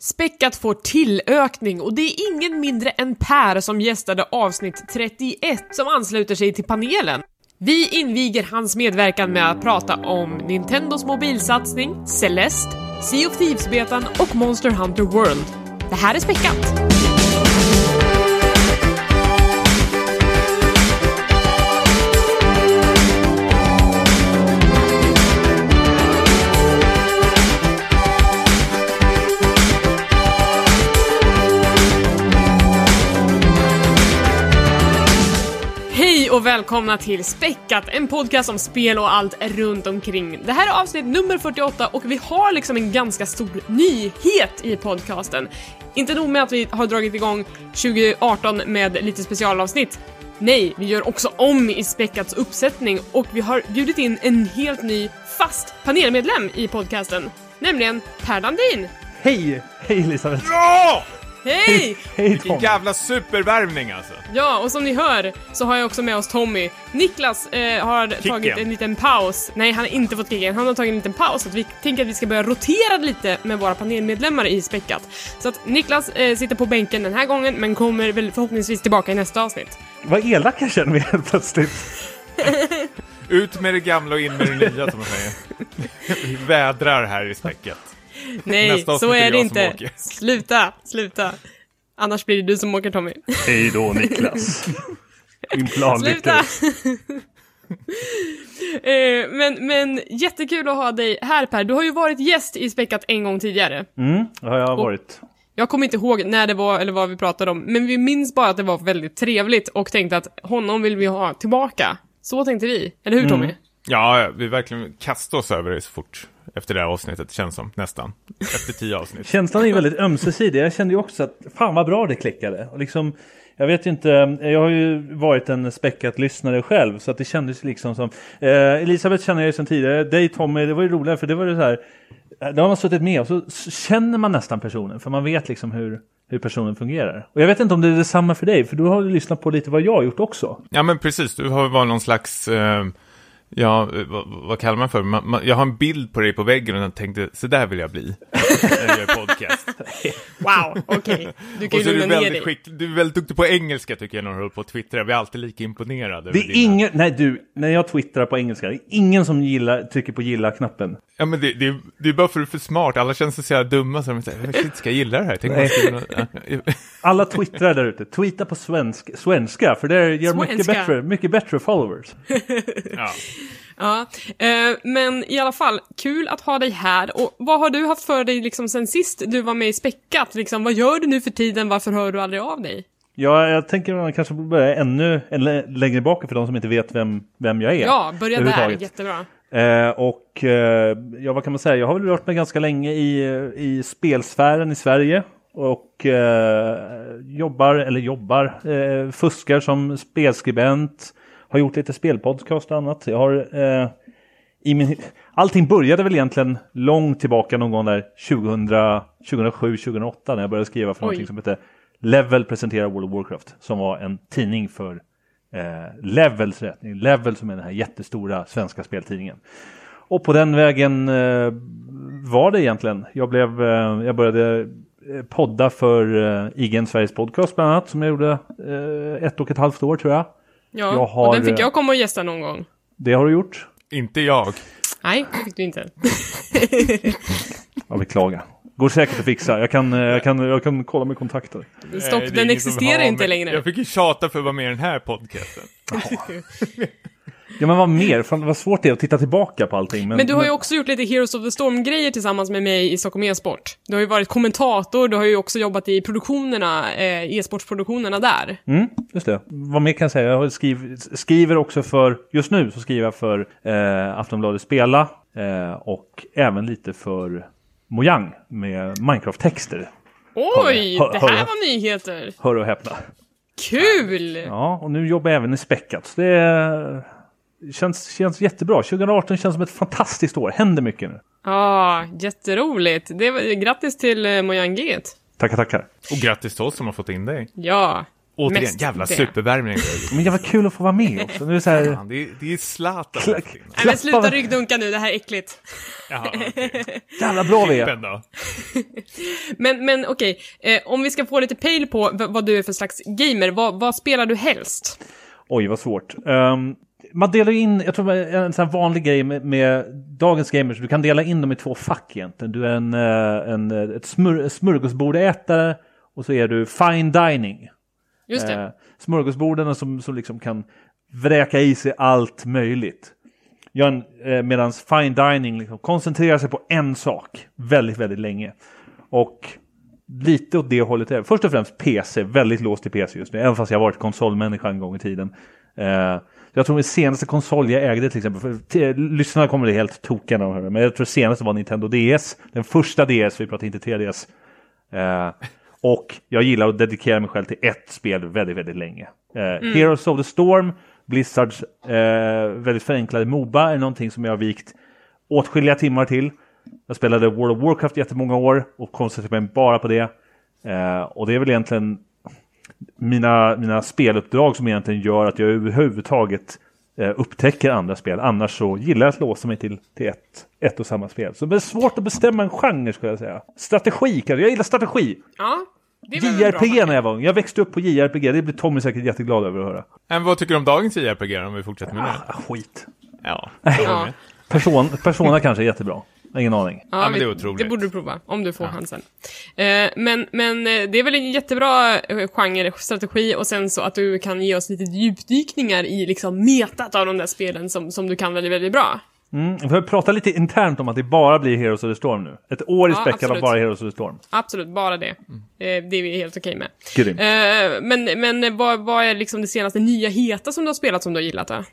Späckat får tillökning och det är ingen mindre än Per som gästade avsnitt 31 som ansluter sig till panelen. Vi inviger hans medverkan med att prata om Nintendos mobilsatsning, Celeste, Sea of Thieves-betan och Monster Hunter World. Det här är Späckat! Hej och välkomna till Späckat, en podcast om spel och allt runt omkring. Det här är avsnitt nummer 48 och vi har liksom en ganska stor nyhet i podcasten. Inte nog med att vi har dragit igång 2018 med lite specialavsnitt. Nej, vi gör också om i Späckats uppsättning och vi har bjudit in en helt ny fast panelmedlem i podcasten, nämligen Per Landin. Hej! Hej Elisabeth! Ja! Hej! Hej Tom! Vilken jävla supervärvning alltså. Ja, och som ni hör så har jag också med oss Tommy. Niklas har tagit en liten paus. Nej, han har inte fått kicken. Han har tagit en liten paus så att vi tänker att vi ska börja rotera lite med våra panelmedlemmar i Späckat. Så att Niklas sitter på bänken den här gången men kommer väl förhoppningsvis tillbaka i nästa avsnitt. Vad elak jag känner mig helt plötsligt. Ut med det gamla och in med det nya som man säger. Vi vädrar här i Späckat. Nej, så är det inte. Sluta. Annars blir det du som åker, Tommy. Hej då Niklas. Min plan sluta. Men jättekul att ha dig här, Per. Du har ju varit gäst i Späckat en gång tidigare. Ja, jag har varit. Jag kommer inte ihåg när det var eller vad vi pratade om, men vi minns bara att det var väldigt trevligt och tänkte att honom vill vi ha tillbaka. Så tänkte vi. Eller hur, Tommy? Ja, vi verkligen kastar oss över det så fort efter det här avsnittet, känns som, nästan. Efter 10 avsnitt. Känslan är ju väldigt ömsesidig. Jag kände ju också att fan vad bra det klickade. Och liksom, jag vet inte, jag har ju varit en Späckat lyssnare själv, så att det kändes liksom som Elisabeth känner jag ju sedan tidigare. Dig Tommy, det var ju roligare för det var ju så här, då har man suttit med och så känner man nästan personen, för man vet liksom hur personen fungerar. Och jag vet inte om det är detsamma för dig, för du har ju lyssnat på lite vad jag har gjort också. Ja, men precis, du har varit någon slags ja, vad kallar man för? Jag har en bild på dig på väggen och jag tänkte, så där vill jag bli när jag gör podcast. Wow, okej. Du kan ju lugna ner dig. Du är väldigt duktig på engelska tycker jag när du håller på att twittra. Vi är alltid lika imponerade. Det är ingen, när jag twittrar på engelska, det är ingen som trycker på gilla-knappen. Ja, men det är bara för att du är för smart. Alla känns så jävla dumma så de säger, shit, ska jag gilla det här? Tänk alla twittrar där ute. Tweeta på svenska, för det gör mycket bättre followers. Ja. Ja, men i alla fall, kul att ha dig här. Och vad har du haft för dig liksom sen sist du var med i Späckat? Liksom, vad gör du nu för tiden? Varför hör du aldrig av dig? Ja, jag tänker att man kanske börja ännu längre bak för de som inte vet vem jag är. Ja, börja där, jättebra. Vad kan man säga? Jag har väl rört mig ganska länge i spelsfären i Sverige. Och fuskar som spelskribent. Har gjort lite spelpodcast och annat. Jag har allting började väl egentligen långt tillbaka någon gång där 2007-2008 när jag började skriva för någonting som heter Level presenterar World of Warcraft, som var en tidning för Levels rättning. Level som är den här jättestora svenska speltidningen. Och på den vägen var det egentligen. Jag började podda för IGN Sveriges podcast bland annat, som jag gjorde 1,5 år tror jag. Ja, och den fick jag komma och gästa någon gång. Det har du gjort? Inte jag. Nej, det fick du inte. Jag beklagar. Går säkert att fixa. Jag kan kolla med kontakter. Stopp, den existerar inte längre. Jag fick ju tjata för att vara med i den här podcasten. Ja, men vad mer? Vad svårt det är att titta tillbaka på allting. Men du har ju också gjort lite Heroes of the Storm-grejer tillsammans med mig i Stockholm e-sport. Du har ju varit kommentator, du har ju också jobbat i produktionerna, e-sportsproduktionerna där. Just det. Vad mer kan jag säga? Jag skriver också för, just nu så skriver jag för Aftonbladet Spela och även lite för Mojang med Minecraft-texter. Oj, det här var nyheter. Hör och häpna. Kul! Ja, och nu jobbar jag även i Späckat. Det känns jättebra. 2018 känns som ett fantastiskt år. Händer mycket nu. Ja, jätteroligt. Grattis till Mojang G. Tackar. Och grattis till oss som har fått in dig. Ja, Återigen, Mest jävla det. supervärmning. Men det var kul att få vara med också. Nu är det så här... Fan, det är Zlatan. Nej, men sluta ryggdunka nu, det här är äckligt. Jaha, okej. Jävla bra vi är. Tippen då. Men okej, om vi ska få lite pejl på vad du är för slags gamer, vad spelar du helst? Ett vad svårt. Man delar in, jag tror en sån här vanlig grej med dagens gamers, du kan dela in dem i 2 fack egentligen. Du är ett smörgåsbordätare och så är du fine dining. Just det. Smörgåsborden som liksom kan vräka i sig allt möjligt. Medan fine dining liksom koncentrerar sig på en sak väldigt, väldigt länge. Och lite åt det hållet är. Först och främst PC, väldigt låst i PC just nu. Även fast jag har varit konsolmänniska en gång i tiden. Jag tror den senaste konsol jag ägde till exempel, för lyssnarna kommer det helt tokiga när de hör det, men jag tror senaste var Nintendo DS. Den första DS, vi pratar inte 3DS. Och jag gillar att dedikera mig själv till ett spel väldigt, väldigt länge. Heroes of the Storm, Blizzards väldigt förenklade MOBA är någonting som jag har vikt åtskilliga timmar till. Jag spelade World of Warcraft jättemånga år och koncentrerade mig bara på det. Och det är väl egentligen mina speluppdrag som egentligen gör att jag överhuvudtaget upptäcker andra spel. Annars så gillar jag att låsa mig till ett och samma spel. Så det är svårt att bestämma en genre, skulle jag säga. Strategi kanske. Jag gillar strategi. Ja, det var JRPG när jag var ung. Jag växte upp på JRPG. Det blir Tommy säkert jätteglad över att höra. Men vad tycker du om dagens JRPG om vi fortsätter med det? Skit. Ja. Ja. Persona kanske är jättebra. Ingen aning. Ja, men det är otroligt. Det borde du prova, om du får chansen. Men det är väl en jättebra genre, strategi, och sen så att du kan ge oss lite djupdykningar i liksom metat av de där spelen som du kan väldigt, väldigt bra. Vi får prata lite internt om att det bara blir Heroes of the Storm nu. Ett år i späckat av bara Heroes of the Storm. Absolut, bara det. Det är vi helt okej med. Grymt. Men vad är liksom det senaste nya heta som du har spelat som du har gillat då?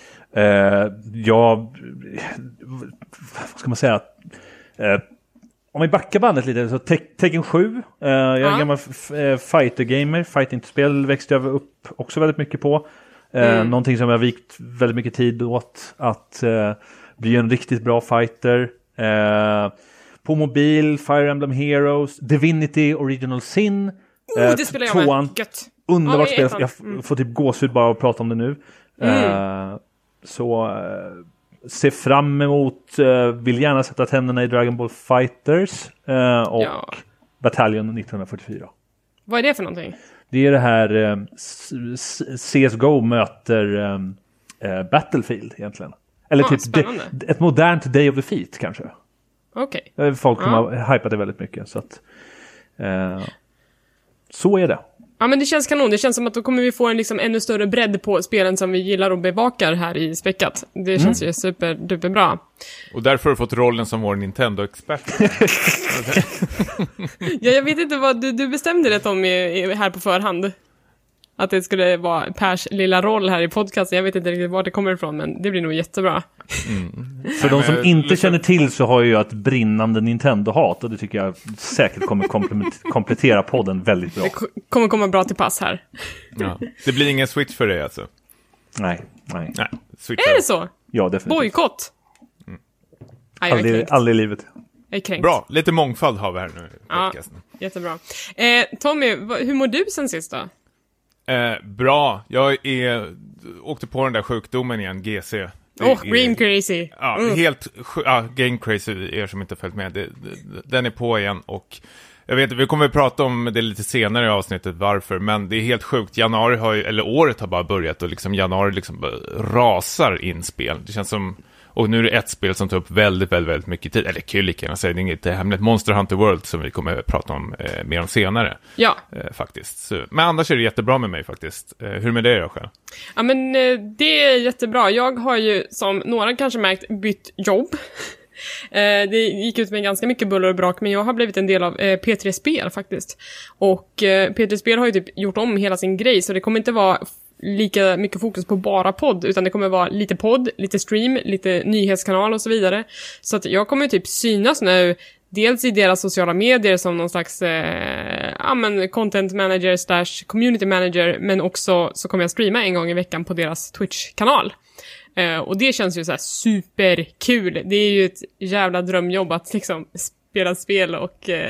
Vad ska man säga? Om vi backar bandet lite så Tekken 7. Jag är en gammal fighter-gamer. Fighting-spel växte jag upp också väldigt mycket på. Någonting som jag har vikt väldigt mycket tid åt att bli en riktigt bra fighter. På mobil, Fire Emblem Heroes, Divinity Original Sin. Det spelar jag med. Gött. Underbart spel. Jag får typ gåshud bara att prata om det nu. Så se fram emot, vill gärna sätta tänderna i Dragon Ball Fighters och Battalion 1944. Vad är det för någonting? Det är det här CSGO möter Battlefield egentligen. Eller typ ett modernt Day of the Feet kanske. Okej. Folk har hypat det väldigt mycket. Så att, så är det. Ja, men det känns kanon. Det känns som att då kommer vi få en liksom ännu större bredd på spelen som vi gillar och bevakar här i Späckat. Det känns ju superbra. Och därför har du fått rollen som vår Nintendo-expert. Ja, jag vet inte vad du bestämde det om här på förhand. Att det skulle vara Pers lilla roll här i podcasten. Jag vet inte riktigt var det kommer ifrån, men det blir nog jättebra. För de som inte känner till så har jag ett brinnande Nintendo-hat, och det tycker jag säkert kommer komplettera podden väldigt bra. Det kommer komma bra till pass här. Ja. Det blir ingen Switch för dig alltså? Nej. Switch är det så? Ja, definitivt. Bojkott? Aldrig i livet. Jag är kränkt. Bra, lite mångfald har vi här nu i podcasten. Jättebra. Tommy, hur mår du sen sist då? Bra, jag åkte på den där sjukdomen igen, GC. Game Crazy. Ja, Game Crazy, er som inte har följt med. Den är på igen, och jag vet, vi kommer att prata om det lite senare i avsnittet varför, men det är helt sjukt. Året har bara börjat, och liksom januari liksom rasar in spel. Det känns som, och nu är det ett spel som tar upp väldigt, väldigt, väldigt mycket tid. Eller kul, kan jag säga, det är inget hemligt. Monster Hunter World som vi kommer att prata om mer om senare. Ja. Faktiskt. Så, men annars är det jättebra med mig faktiskt. Hur med det då själv? Ja, men det är jättebra. Jag har ju, som några kanske märkt, bytt jobb. Det gick ut med ganska mycket buller och brak, men jag har blivit en del av P3 Spel faktiskt. Och P3 Spel har ju typ gjort om hela sin grej, så det kommer inte vara lika mycket fokus på bara podd, utan det kommer vara lite podd, lite stream, lite nyhetskanal och så vidare. Så att jag kommer typ synas nu, dels i deras sociala medier som någon slags content manager / community manager, men också så kommer jag streama en gång i veckan på deras Twitch-kanal. Och det känns ju så här superkul. Det är ju ett jävla drömjobb att liksom spela spel och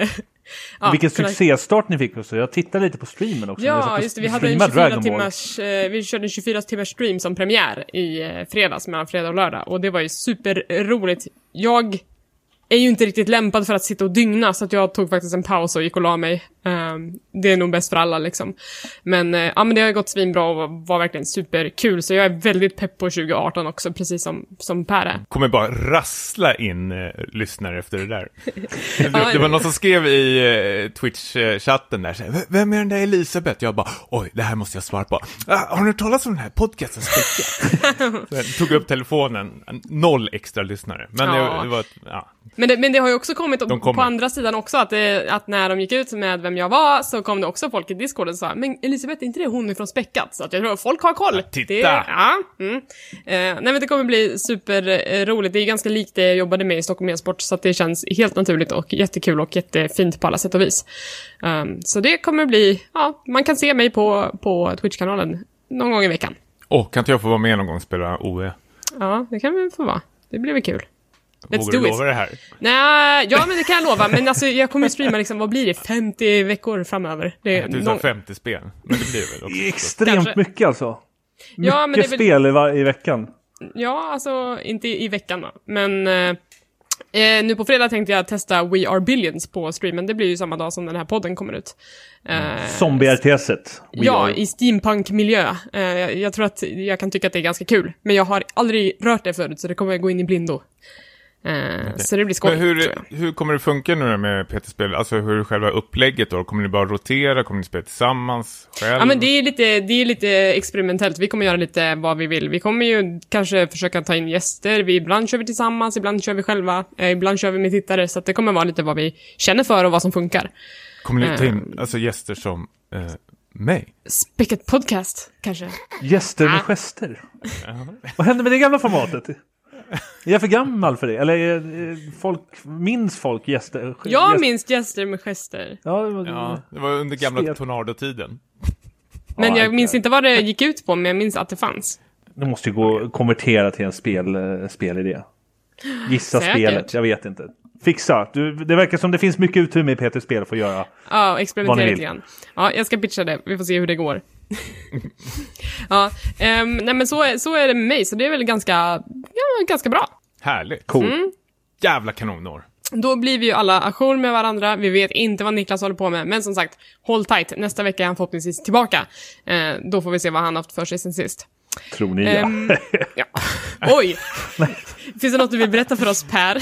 Vilken succéstart ni fick också. Jag tittade lite på streamen också. Ja, just det. Vi hade en 24 timmars vi körde en 24 timmars stream som premiär i fredags, mellan fredag och lördag. Och det var ju superroligt. Jag är ju inte riktigt lämpad för att sitta och dygna, så att jag tog faktiskt en paus och gick och la mig. Det är nog bäst för alla liksom. Men men det har gått svinbra och var verkligen superkul. Så jag är väldigt pepp på 2018 också, precis som Per är. Kommer bara rassla in lyssnare efter det där. Det var någon som skrev i Twitch-chatten där, såhär, vem är den där Elisabeth? Jag bara, oj, det här måste jag svara på. Har ni talat om den här podcasten? Tog upp telefonen, 0 extra lyssnare. Men det var Men det har ju också kommit på andra sidan också, att när de gick ut med vem jag var, så kom det också folk i Discord och sa, men Elisabeth, är inte det hon ifrån Späckat? Så att jag tror att folk har koll. Titta! Nej, men det kommer bli superroligt. Det är ganska likt det jag jobbade med i Stockholm e-sport, så att det känns helt naturligt och jättekul och jättefint på alla sätt och vis. Så det kommer bli, man kan se mig på Twitch-kanalen någon gång i veckan. Kan inte jag få vara med någon gång och spela OE? Ja, det kan vi få vara. Det blir väl kul. Vågar du lova det här? Nej, ja, men det kan jag lova. Men alltså, jag kommer streama liksom, vad blir det? 50 veckor framöver. Det är du sa 50 spel, men det blir väl också. Extremt kanske. Mycket alltså. Ja, mycket men det är väl... spel i veckan. Ja, alltså inte i veckan då. Men nu på fredag tänkte jag testa We Are Billions på streamen. Det blir ju samma dag som den här podden kommer ut. Zombie-RTS. Ja, i steampunk-miljö. Jag tror att jag kan tycka att det är ganska kul. Men jag har aldrig rört det förut, så det kommer jag gå in i blindo. Så det blir skoj. Men hur kommer det funka nu med PT-spel? Alltså hur är själva upplägget då? Kommer ni bara rotera? Kommer ni spela tillsammans själv? Ja, men det är lite experimentellt. Vi kommer göra lite vad vi vill. Vi kommer ju kanske försöka ta in gäster. Ibland kör vi tillsammans, ibland kör vi själva. Ibland kör vi med tittare. Så att det kommer vara lite vad vi känner för och vad som funkar. Kommer ni ta in alltså, gäster som mig? Späckat podcast, kanske. Gäster med gester. Vad händer med det gamla formatet? Är jag för gammal för det? Eller minns folk gäster? Jag minns gäster med gester. Ja, det var under gamla Tornado-tiden. Men jag minns inte vad det gick ut på, men jag minns att det fanns. Det måste ju gå att konvertera till en spelidé. Gissa säkert. Spelet, jag vet inte. Fixa. Det verkar som det finns mycket utrymme i PT-spel för att göra. Ja, experimentera lite grann. Ja, jag ska pitcha det. Vi får se hur det går. Nej, men så är det med mig. Så det är väl ganska bra. Härligt. Cool. Jävla kanonår. Då blir vi ju alla ajour med varandra. Vi vet inte vad Niklas håller på med. Men som sagt, håll tight. Nästa vecka är han förhoppningsvis tillbaka. Då får vi se vad han haft för sig sen sist. Tror ni ja. Oj! Finns det något du vill berätta för oss, Per?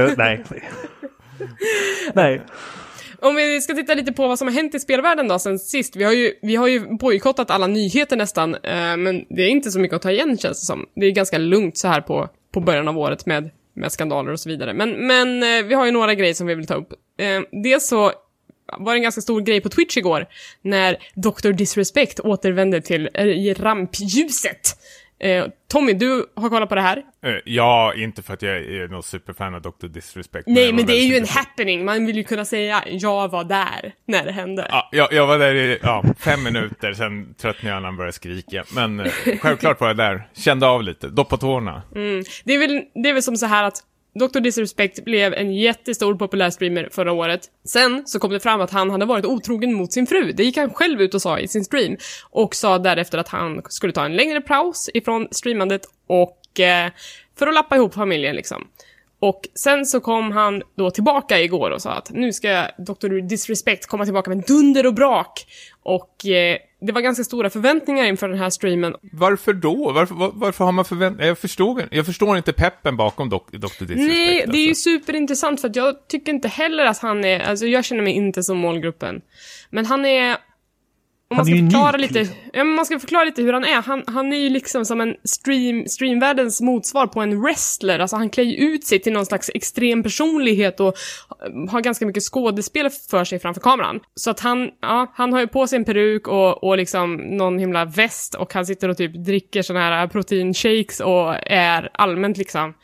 Nej. Om vi ska titta lite på vad som har hänt i spelvärlden då sen sist. Vi har ju bojkottat alla nyheter nästan. Men det är inte så mycket att ta igen, känns det som. Det är ganska lugnt så här på början av året med skandaler och så vidare. Men vi har ju några grejer som vi vill ta upp. Dels så var det en ganska stor grej på Twitch igår när Dr. Disrespect återvände till rampljuset. Tommy, du har kollat på det här? Ja, inte för att jag är någon superfan av Dr. Disrespect. Nej, men det är ju en happening. Man vill ju kunna säga, jag var där när det hände. Ja, jag var där i 5 minuter, sen tröttnade jag när han började skrika. Men självklart var jag där, kände av lite, doppa tårna. Det är väl som så här att Dr. Disrespect blev en jättestor populär streamer förra året. Sen så kom det fram att han hade varit otrogen mot sin fru. Det gick han själv ut och sa i sin stream. Och sa därefter att han skulle ta en längre paus ifrån streamandet och för att lappa ihop familjen liksom. Och sen så kom han då tillbaka igår och sa att nu ska Dr. Disrespect komma tillbaka med dunder och brak. Och det var ganska stora förväntningar inför den här streamen. Varför då? Varför har man förväntningar? Jag förstår inte peppen bakom Dr. Disrespect. Nej, det är ju superintressant för att jag tycker inte heller att han är... Alltså jag känner mig inte som målgruppen. Men han är... Om man ska förklara lite, liksom. Ja, man ska förklara lite hur han är. Han är ju liksom som en streamvärldens motsvar på en wrestler. Alltså han klär ut sig till någon slags extrem personlighet och har ganska mycket skådespel för sig framför kameran. Så att han har ju på sig en peruk och liksom någon himla väst och han sitter och typ dricker såna här proteinshakes och är allmänt liksom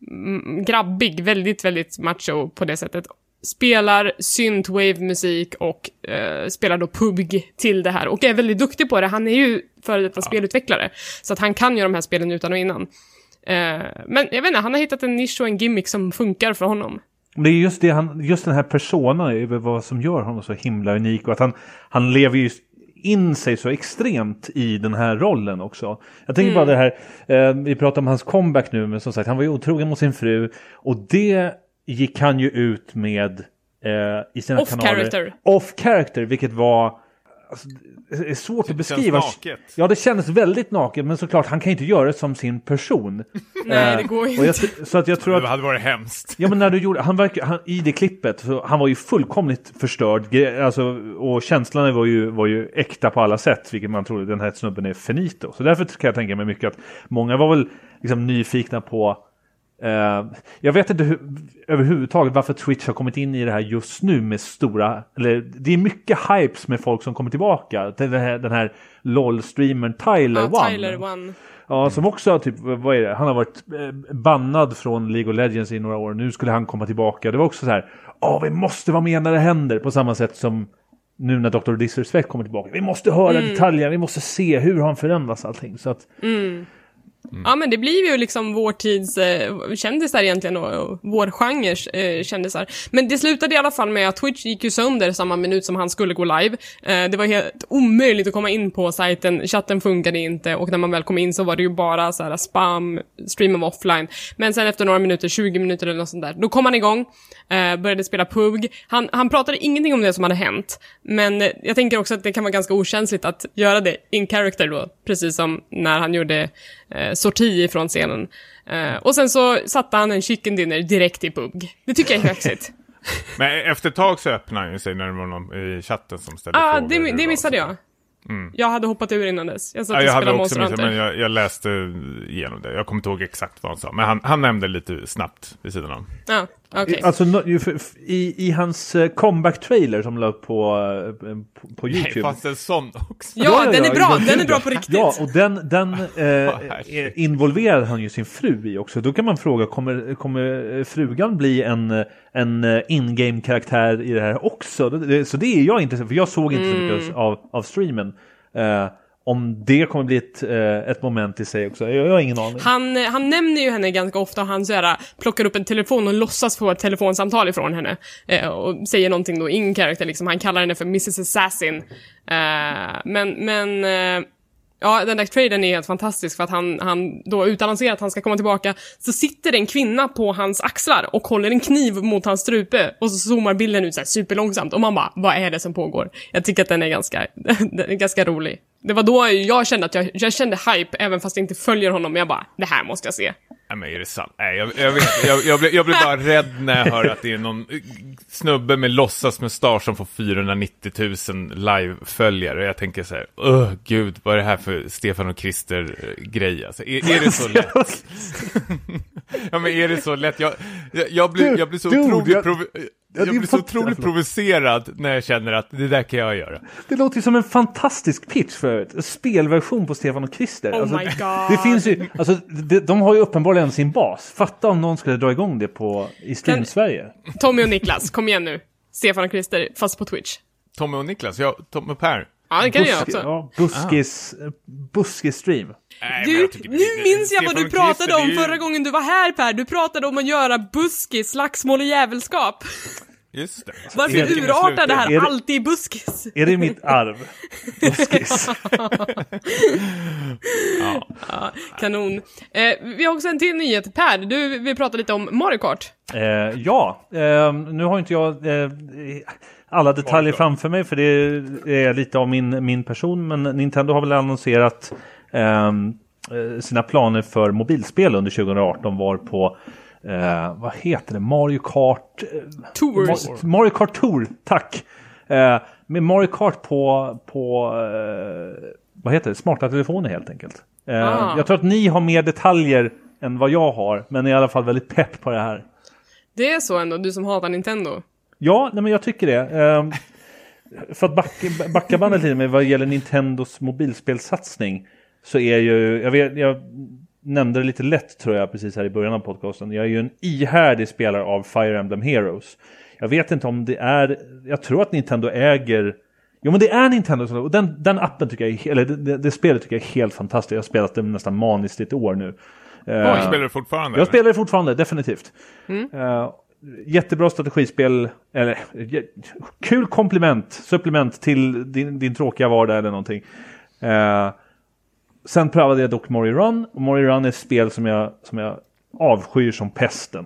grabbig, väldigt, väldigt macho på det sättet. Spelar synthwave-musik och spelar då PUBG till det här. Och är väldigt duktig på det. Han är ju före detta spelutvecklare. Så att han kan ju de här spelen utan och innan. Men jag vet inte, han har hittat en nisch och en gimmick som funkar för honom. Det är just det just den här personen är vad som gör honom så himla unik, och att han lever ju in sig så extremt i den här rollen också. Jag tänker bara det här, vi pratar om hans comeback nu, men som sagt, han var ju otrogen mot sin fru, och det gick han ju ut med i sina kanaler. Off-character, vilket var... Alltså, det är svårt att beskriva. Naket. Ja, det kändes väldigt naket, men såklart, han kan inte göra det som sin person. Nej, det går inte. Så att jag tror att... Det hade varit hemskt. Ja, men när du gjorde... I det klippet, så han var ju fullkomligt förstörd. Alltså, och känslan var ju äkta på alla sätt, vilket man trodde, den här snubben är finito. Så därför kan jag tänka mig mycket att många var väl liksom nyfikna på... jag vet inte överhuvudtaget varför Twitch har kommit in i det här just nu med stora, eller det är mycket hypes med folk som kommer tillbaka. Den här LOL-streamern Tyler One. Ja, som också typ, vad är det? Han har varit bannad från League of Legends i några år. Nu skulle han komma tillbaka. Det var också så här, vi måste vara med när det händer, på samma sätt som nu när Dr. Disrespect kommer tillbaka. Vi måste höra detaljer, vi måste se hur han förändras allting. Så att... Ja, men det blir ju liksom vår tids kändisar egentligen, och vår genres kändisar. Men det slutade i alla fall med att Twitch gick ju sönder samma minut som han skulle gå live. Det var helt omöjligt att komma in på sajten, chatten funkade inte, och när man väl kom in så var det ju bara så här spam, stream of offline. Men sen efter några minuter, 20 minuter eller något sånt där, då kom han igång, började spela PUBG. Han pratade ingenting om det som hade hänt, men jag tänker också att det kan vara ganska okänsligt att göra det in character då, precis som när han gjorde sorti ifrån scenen. Och sen så satte han en chicken dinner direkt i PUBG. Det tycker jag är högst. Men efter ett tag så öppnade han ju sig när det var någon i chatten som ställde frågor. Det missade jag. Jag hade hoppat ur innan dess. Jag hade också missat, men jag läste igenom det. Jag kommer inte ihåg exakt vad han sa. Men han nämnde lite snabbt vid sidan av. Ja, okej. Alltså i hans comeback-trailer som la upp på YouTube. Nej, fast en sån också. Ja, den är bra. Den är bra på riktigt. Ja, och den involverar han ju sin fru i också. Då kan man fråga, kommer frugan bli en in-game-karaktär i det här också? Så det är jag intresserad, för jag såg inte så mycket av streamen. Om det kommer bli ett moment i sig också. Jag har ingen aning. Han nämner ju henne ganska ofta, och han så här, plockar upp en telefon och låtsas få ett telefonsamtal ifrån henne. Och säger någonting då in character, liksom. Han kallar henne för Mrs. Assassin. Men ja, den där traden är helt fantastisk, för att han då utannonserar att han ska komma tillbaka, så sitter en kvinna på hans axlar och håller en kniv mot hans strupe, och så zoomar bilden ut så här superlångsamt, och man bara, vad är det som pågår? Jag tycker att den är ganska rolig. Det var då jag kände att jag kände hype, även fast jag inte följer honom. Jag bara, det här måste jag se. Nej, men är det sant? Nej, jag blir bara rädd när jag hör att det är någon snubbe med låtsasmustasch som får 490 000 live-följare. Jag tänker så här, gud, vad är det här för Stefan och Christer-grej? Alltså, är det så lätt? Ja, men är det så lätt? Jag blir så otroligt provocerad när jag känner att det där kan jag göra. Det låter ju som en fantastisk pitch för en spelversion på Stefan och Christer. Oh my god. Det finns ju, alltså, de har ju uppenbarligen sin bas. Fatta om någon skulle dra igång det i Stream-Sverige. Tommy och Niklas, kom igen nu. Stefan och Christer, fast på Twitch. Tommy och Niklas, ja, Tom och Per. Ja, det kan jag också. Ja, buskis-stream. Nu minns jag vad du pratade om förra gången du var här, Per. Du pratade om att göra buskis, slagsmål och jävelskap. Just det. Varför urartar det här alltid i buskis? Är det mitt arv? Buskis. Ja, kanon. Vi har också en till nyhet. Per, vi pratar lite om Mario Kart. Nu har inte jag alla detaljer framför mig, för det är lite av min person, men Nintendo har väl annonserat sina planer för mobilspel under 2018 var på vad heter det? Mario Kart Tours. Mario Kart Tour, tack. Med Mario Kart på vad heter det? Smarta telefoner helt enkelt. Jag tror att ni har mer detaljer än vad jag har, men är i alla fall väldigt pepp på det här. Det är så ändå, du som hatar Nintendo. Ja, nej, men jag tycker det. För att backa bandet lite med vad gäller Nintendos mobilspelsatsning, så är ju, jag nämnde det lite lätt tror jag precis här i början av podcasten. Jag är ju en ihärdig spelare av Fire Emblem Heroes. Jag vet inte om det är, jag tror att Nintendo äger, jo men det är Nintendo, och den appen tycker jag, eller det spelet tycker jag är helt fantastiskt. Jag har spelat det nästan maniskt i ett år nu. Spelar du fortfarande? Jag spelar det fortfarande, definitivt. jättebra strategispel, eller kul supplement till din tråkiga vardag eller någonting. Sen prövade jag dock Mario Run, och Mario Run är ett spel som jag avskyr som pesten.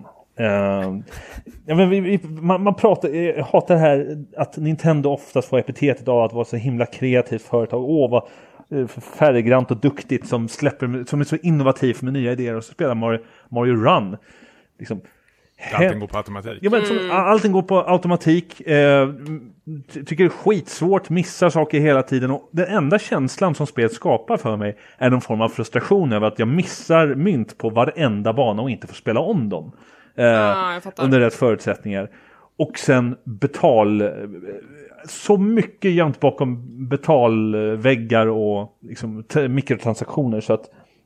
Man pratar, jag hatar det här att Nintendo oftast får epitetet av att vara så himla kreativt företag. Vad färggrant och duktigt som är så innovativt med nya idéer, och så spelar Mario Run liksom, allting går på automatik. Ja, men allting går på automatik. Tycker det är skitsvårt, missar saker hela tiden, och den enda känslan som spelet skapar för mig är någon form av frustration över att jag missar mynt på varenda bana och inte får spela om dem under rätt förutsättningar. Och sen så mycket jämt bakom betalväggar och liksom mikrotransaktioner, så att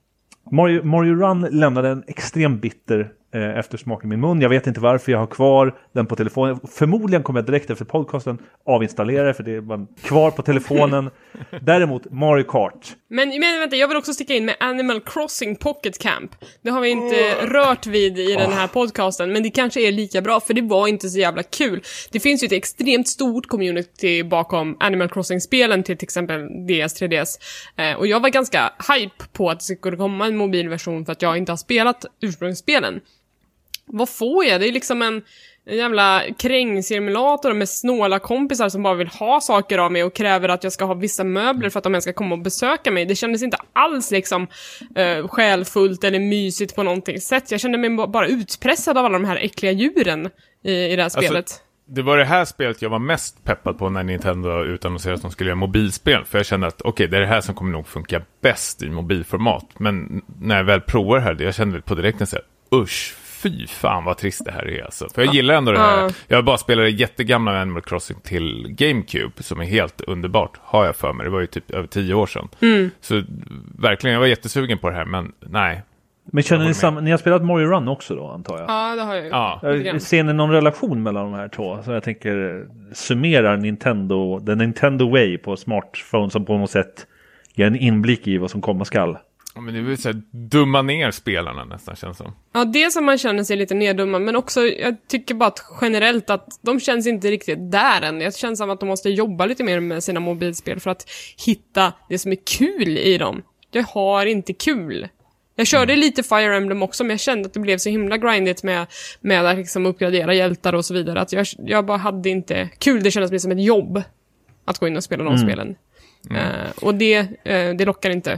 Mario Run lämnade en extrem bitter eftersmak i min mun. Jag vet inte varför jag har kvar den på telefonen. Förmodligen kommer jag direkt efter podcasten avinstallera det, för det var kvar på telefonen. Däremot Mario Kart. Men vänta, jag vill också sticka in med Animal Crossing Pocket Camp. Det har vi inte rört vid i den här podcasten, men det kanske är lika bra, för det var inte så jävla kul. Det finns ju ett extremt stort community bakom Animal Crossing-spelen till exempel DS, 3DS. Och jag var ganska hype på att det skulle komma en mobilversion, för att jag inte har spelat ursprungsspelen. Vad får jag? Det är liksom en jävla krängsimulator med snåla kompisar som bara vill ha saker av mig och kräver att jag ska ha vissa möbler för att de ens ska komma och besöka mig. Det kändes inte alls liksom själfullt eller mysigt på någonting sätt. Jag kände mig bara utpressad av alla de här äckliga djuren i det här spelet. Alltså, det var det här spelet jag var mest peppad på när Nintendo utannonserade att de skulle göra mobilspel. För jag kände att det är det här som kommer nog funka bäst i mobilformat. Men när jag väl provar det här, jag kände på direkten så här, usch, fy fan vad trist det här är alltså. För jag gillar ändå det här. Jag bara spelade jättegamla Animal Crossing till GameCube som är helt underbart, har jag för mig. Det var ju typ över 10 år sedan. Så verkligen, jag var jättesugen på det här, men nej. Men känner ni har spelat Mario Run också då, antar jag? Ja, det har jag ju. Ser ni någon relation mellan de här två? Så jag tänker summerar den Nintendo Way på smartphone som på något sätt ger en inblick i vad som komma skall. Ja, men det vill säga dumma ner spelarna nästan, känns som. Ja, det som man känner sig lite neddumma, men också jag tycker bara att generellt att de känns inte riktigt där än. Jag känns som att de måste jobba lite mer med sina mobilspel för att hitta det som är kul i dem. Jag har inte kul. Jag körde lite Fire Emblem också, men jag kände att det blev så himla grindigt med att liksom uppgradera hjältar och så vidare, att jag bara hade inte kul. Det kändes mer som ett jobb att gå in och spela de spelen. Och det lockar inte.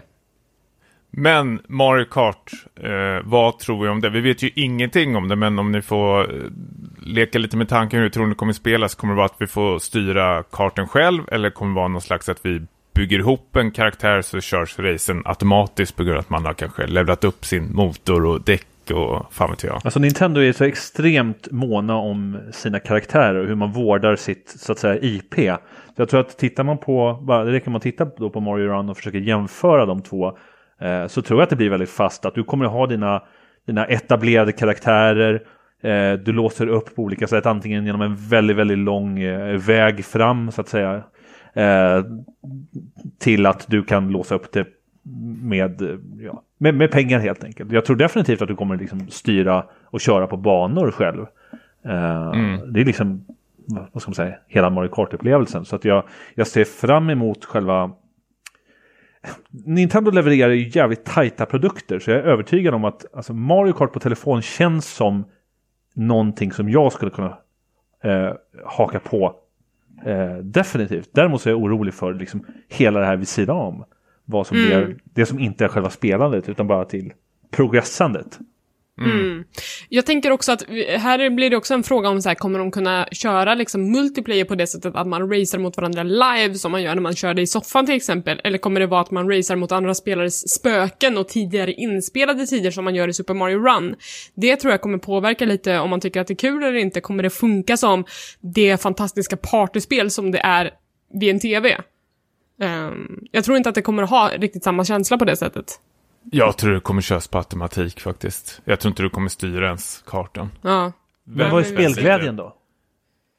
Men Mario Kart, vad tror vi om det? Vi vet ju ingenting om det, men om ni får leka lite med tanken hur tror ni kommer spelas, kommer det vara att vi får styra karten själv, eller kommer det vara någon slags att vi bygger ihop en karaktär så körs racen automatiskt på grund av att man har kanske levlat upp sin motor och däck och fan vet jag. Alltså Nintendo är så extremt måna om sina karaktärer och hur man vårdar sitt, så att säga, IP. Så jag tror att tittar man på, det räcker man att titta då på Mario Run och försöka jämföra de två, så tror jag att det blir väldigt fast att du kommer att ha dina etablerade karaktärer. Du låser upp på olika sätt, antingen genom en väldigt, väldigt lång väg fram, så att säga, till att du kan låsa upp det med pengar helt enkelt. Jag tror definitivt att du kommer liksom styra och köra på banor själv. Det är liksom, vad ska man säga, hela Mario Kart-upplevelsen. Så att jag ser fram emot själva. Nintendo levererar ju jävligt tajta produkter, så jag är övertygad om att alltså, Mario Kart på telefon känns som någonting som jag skulle kunna haka på. Definitivt. Däremot så är jag orolig för liksom hela det här vid sidan om. Vad som blir, det som inte är själva spelandet utan bara till progressandet. Jag tänker också att här blir det också en fråga om så här, kommer de kunna köra liksom multiplayer på det sättet att man racer mot varandra live som man gör när man kör det i soffan till exempel, eller kommer det vara att man racer mot andra spelares spöken och tidigare inspelade tider som man gör i Super Mario Run? Det tror jag kommer påverka lite om man tycker att det är kul eller inte. Kommer det funka som det fantastiska partyspel som det är vid en tv? Jag tror inte att det kommer att ha riktigt samma känsla på det sättet. Jag tror det kommer köras på automatik faktiskt. Jag tror inte du kommer styra ens kartan. Ja. Men vad är spelglädjen då?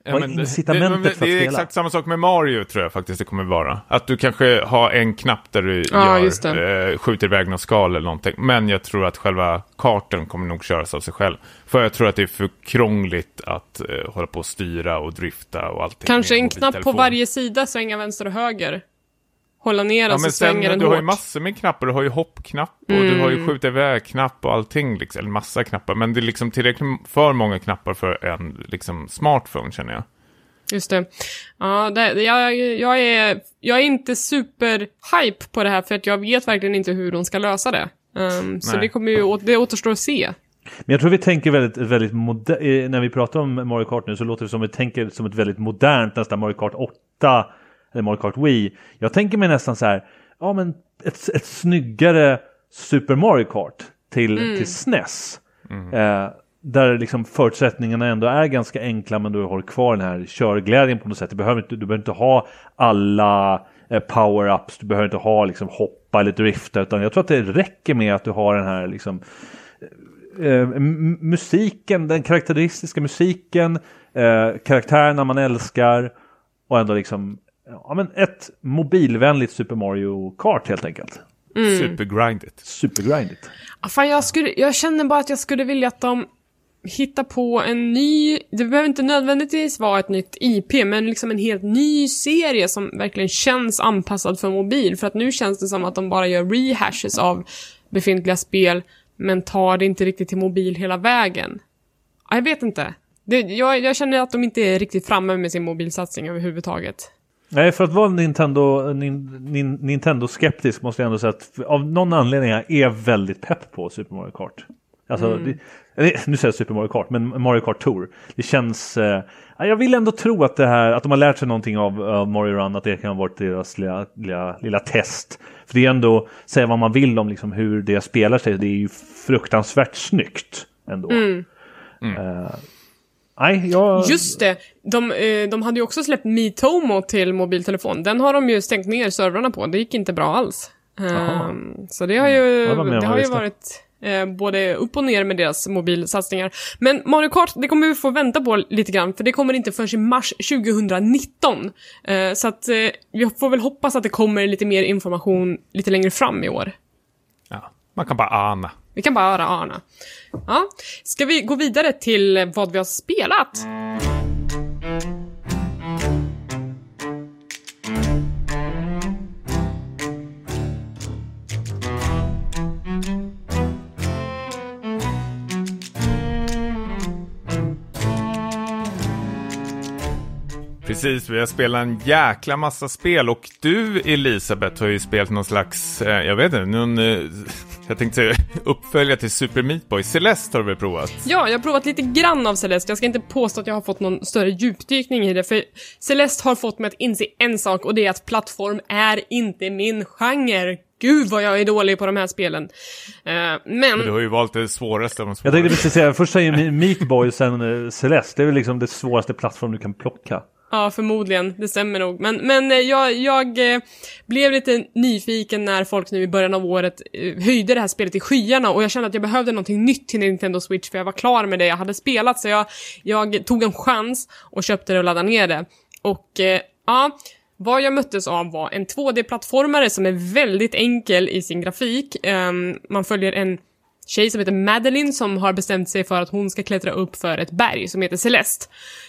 Vad är incitamentet för att spela? Det är exakt samma sak med Mario, tror jag faktiskt det kommer vara. Att du kanske har en knapp där du skjuter iväg någon skal eller någonting. Men jag tror att själva kartan kommer nog köras av sig själv. För jag tror att det är för krångligt att hålla på och styra och drifta och allting. Kanske en knapp på varje sida, svänga vänster och höger. Hålla ner och så svänger den du hårt. har ju massor med knappar. Du har ju hoppknapp och du har ju skjuta iväg-knapp och allting. Liksom, eller massa knappar. Men det är liksom tillräckligt för många knappar för en liksom, smartphone, känner jag. Just det. Ja, jag är inte super-hype på det här. För att jag vet verkligen inte hur de ska lösa det. Så det återstår att se. Men jag tror vi tänker väldigt, väldigt när vi pratar om Mario Kart nu, så låter det som vi tänker som ett väldigt modernt, nästan Mario Kart 8 eller Mario Kart Wii. Jag tänker mig nästan så här, ja men ett snyggare Super Mario Kart till SNES. Där liksom förutsättningarna ändå är ganska enkla, men du har kvar den här körglädjen på något sätt. Du behöver inte ha alla power-ups, du behöver inte ha liksom hoppa eller drifta, utan jag tror att det räcker med att du har den här liksom musiken, den karaktäristiska musiken, karaktärerna man älskar och ändå liksom ett mobilvänligt Super Mario Kart helt enkelt. Supergrindigt. Fan, jag känner bara att jag skulle vilja att de hittar på en ny, det behöver inte nödvändigtvis vara ett nytt IP, men liksom en helt ny serie som verkligen känns anpassad för mobil. För att nu känns det som att de bara gör rehashes av befintliga spel, men tar det inte riktigt till mobil hela vägen. Jag vet inte. Jag känner att de inte är riktigt framme med sin mobilsatsning överhuvudtaget. Nej, för att vara Nintendo-skeptisk måste jag ändå säga att av någon anledning jag är väldigt pepp på Super Mario Kart. Alltså, nu säger jag Super Mario Kart, men Mario Kart Tour. Det känns... jag vill ändå tro att att de har lärt sig någonting av Mario Run, att det kan ha varit deras lilla test. För det är ändå, säga vad man vill om liksom hur det spelar sig, det är ju fruktansvärt snyggt ändå. Just det, de hade ju också släppt Miitomo till mobiltelefon. Den har de ju stängt ner servrarna på. Det gick inte bra alls. Så det har ju varit både upp och ner med deras mobilsatsningar. Men Mario Kart, det kommer vi få vänta på lite grann, för det kommer inte förrän i mars 2019. Så att vi får väl hoppas att det kommer lite mer information lite längre fram i år. Ja, man kan bara ana. Vi kan bara ana. Ja, ska vi gå vidare till vad vi har spelat? Precis, vi har spelat en jäkla massa spel, och du, Elisabeth, har ju spelat någon slags, jag vet inte, jag tänkte uppfölja till Super Meat Boy. Celeste har du väl provat? Ja, jag har provat lite grann av Celeste. Jag ska inte påstå att jag har fått någon större djupdykning i det, för Celeste har fått mig att inse en sak, och det är att plattform är inte min genre. Gud vad jag är dålig på de här spelen. Men du har ju valt det svåraste av de svåra. Jag tänkte precis säga, först säger Meat Boy, sen Celeste. Det är väl liksom det svåraste plattform du kan plocka. Ja, förmodligen. Det stämmer nog. Men jag blev lite nyfiken när folk nu i början av året höjde det här spelet i skyarna, och jag kände att jag behövde någonting nytt till Nintendo Switch, för jag var klar med det jag hade spelat. Så jag tog en chans och köpte det och laddade ner det. Och vad jag möttes av var en 2D-plattformare som är väldigt enkel i sin grafik. Man följer en tjej som heter Madeline som har bestämt sig för att hon ska klättra upp för ett berg som heter Celeste.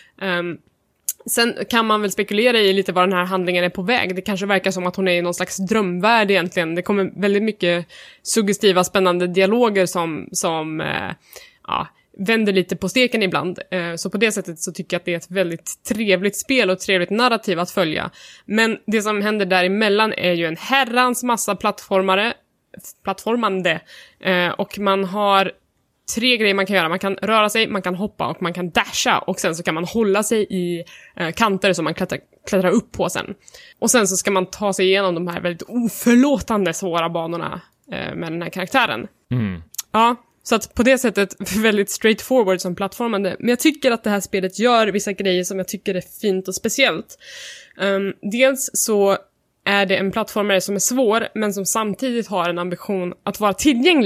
Sen kan man väl spekulera i lite vad den här handlingen är på väg. Det kanske verkar som att hon är i någon slags drömvärld egentligen. Det kommer väldigt mycket suggestiva, spännande dialoger som vänder lite på steken ibland. Så på det sättet så tycker jag att det är ett väldigt trevligt spel och ett trevligt narrativ att följa. Men det som händer däremellan är ju en herrans massa plattformande. Och man har 3 grejer man kan göra. Man kan röra sig, man kan hoppa och man kan dasha. Och sen så kan man hålla sig i kanter som man klättrar upp på sen. Och sen så ska man ta sig igenom de här väldigt oförlåtande svåra banorna med den här karaktären. Ja, så att på det sättet väldigt straightforward som plattformande. Men jag tycker att det här spelet gör vissa grejer som jag tycker är fint och speciellt. Dels så är det en plattformare som är svår, men som samtidigt har en ambition att vara tillgänglig.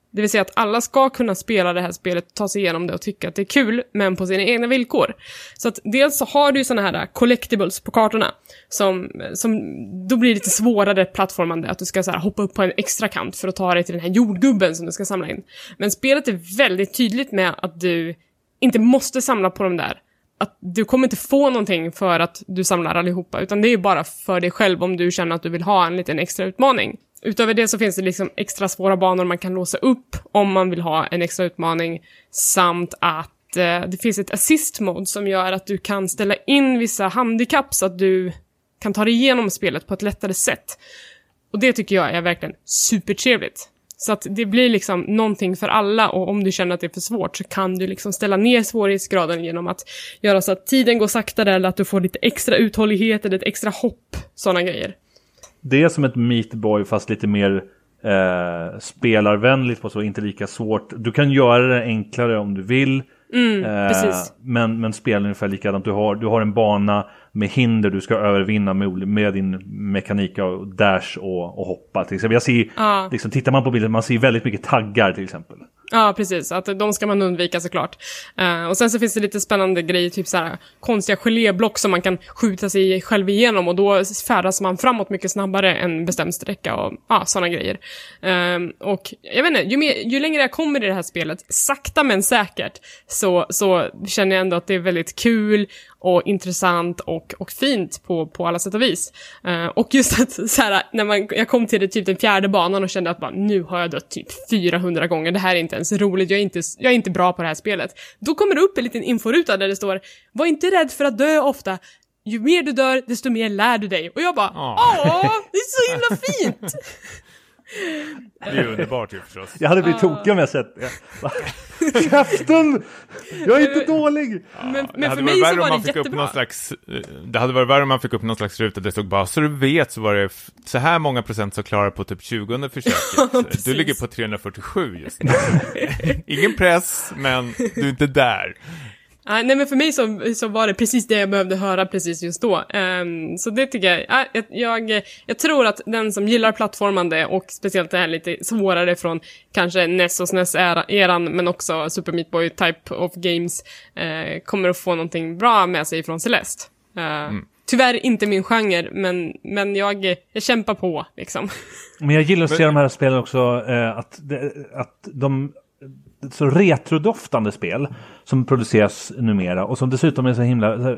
Det vill säga att alla ska kunna spela det här spelet, ta sig igenom det och tycka att det är kul, men på sina egna villkor. Så att dels så har du ju såna här collectibles på kartorna som då blir det lite svårare plattformande, att du ska så här hoppa upp på en extra kant för att ta dig till den här jordgubben som du ska samla in. Men spelet är väldigt tydligt med att du inte måste samla på dem där. Att du kommer inte få någonting för att du samlar allihopa, utan det är ju bara för dig själv om du känner att du vill ha en liten extra utmaning. Utöver det så finns det liksom extra svåra banor man kan låsa upp om man vill ha en extra utmaning, samt att det finns ett assist mode som gör att du kan ställa in vissa handikapp så att du kan ta dig igenom spelet på ett lättare sätt. Och det tycker jag är verkligen supertrevligt. Så att det blir liksom någonting för alla, och om du känner att det är för svårt så kan du liksom ställa ner svårighetsgraden genom att göra så att tiden går saktare, eller att du får lite extra uthållighet eller ett extra hopp, sådana grejer. Det är som ett Meat Boy fast lite mer spelarvänligt på så, inte lika svårt. Du kan göra det enklare om du vill. Precis. Men spelar ungefär likadant. Du har en bana med hinder du ska övervinna med din mekanik av dash och hoppa till exempel. Jag ser, liksom, tittar man på bilden, man ser väldigt mycket taggar till exempel. Ja, precis. Att de ska man undvika såklart. Och sen så finns det lite spännande grejer, typ så här konstiga geléblock som man kan skjuta sig själv igenom, och då färdas man framåt mycket snabbare än bestämd sträcka och sådana grejer. Och jag vet inte, ju längre jag kommer i det här spelet, sakta men säkert, så känner jag ändå att det är väldigt kul och intressant och fint på alla sätt och vis. Och just att så här, jag kom till det typ den 4:e banan och kände att bara, nu har jag dött typ 400 gånger. Det här är inte ens roligt. Jag är inte bra på det här spelet. Då kommer det upp en liten inforuta där det står: var inte rädd för att dö ofta. Ju mer du dör, desto mer lär du dig. Och jag bara, det är så himla fint! Det är underbart ju förstås. Jag hade blivit tokig om jag sett det. Käften! Jag är inte dålig! Men för mig så var det jättebra. Det hade varit värre om man fick upp någon slags ruta där det stod bara, så du vet, så var det så här många procent så klarar på typ 20:e försöket. Du ligger på 347 just nu. Ingen press, men du är inte där. Nej, men för mig så var det precis det jag behövde höra precis just då. Så det tycker jag tror att den som gillar plattformande, och speciellt det här lite svårare från kanske NES och SNES-eran, men också Super Meat Boy type of games, kommer att få någonting bra med sig från Celeste. Tyvärr inte min genre, men jag kämpar på liksom. Men jag gillar att se de här spelen också, att de så retrodoftande spel som produceras numera, och som dessutom är så himla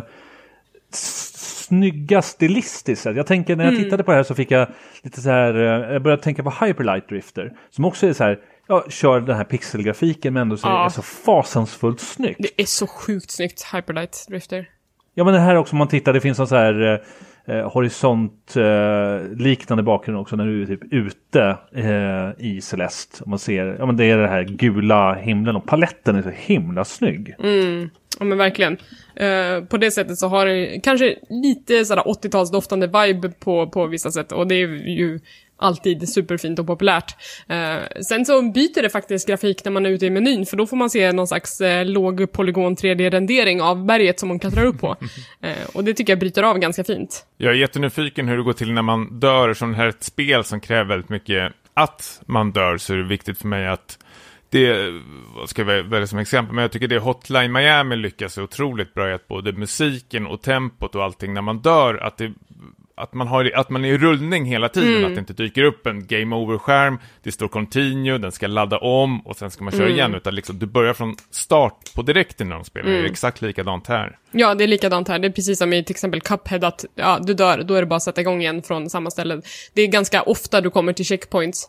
snygga stilistiskt. Jag tänker, när jag tittade på det här så fick jag lite så här, jag började tänka på Hyper Light Drifter, som också är så här, kör den här pixelgrafiken, men ändå så är så fasansfullt snyggt. Det är så sjukt snyggt, Hyper Light Drifter. Ja, men det här också, om man tittar, det finns en så här horisont liknande bakgrund också när du är typ ute i Celeste. Man ser, men det är det här gula himlen, och paletten är så himla snygg. Ja, men verkligen. På det sättet så har det kanske lite sådär 80-talsdoftande vibe på vissa sätt, och det är ju alltid superfint och populärt. Sen så byter det faktiskt grafik när man är ute i menyn, för då får man se någon slags låg polygon 3D-rendering av berget som man klättrar upp på. Och det tycker jag bryter av ganska fint. Jag är jättenyfiken hur det går till när man dör, som det här är ett spel som kräver väldigt mycket att man dör, så är det viktigt för mig att det, vad ska jag välja som exempel, men jag tycker det Hotline Miami lyckas så otroligt bra i att både musiken och tempot och allting när man dör, att man är i rullning hela tiden, att det inte dyker upp en game over-skärm, det står continue, den ska ladda om och sen ska man köra igen, utan liksom du börjar från start på direkten när de spelar. Det är exakt likadant här. Ja, det är likadant här. Det är precis som i till exempel Cuphead, att du dör, då är det bara att sätta igång igen från samma ställe. Det är ganska ofta du kommer till checkpoints,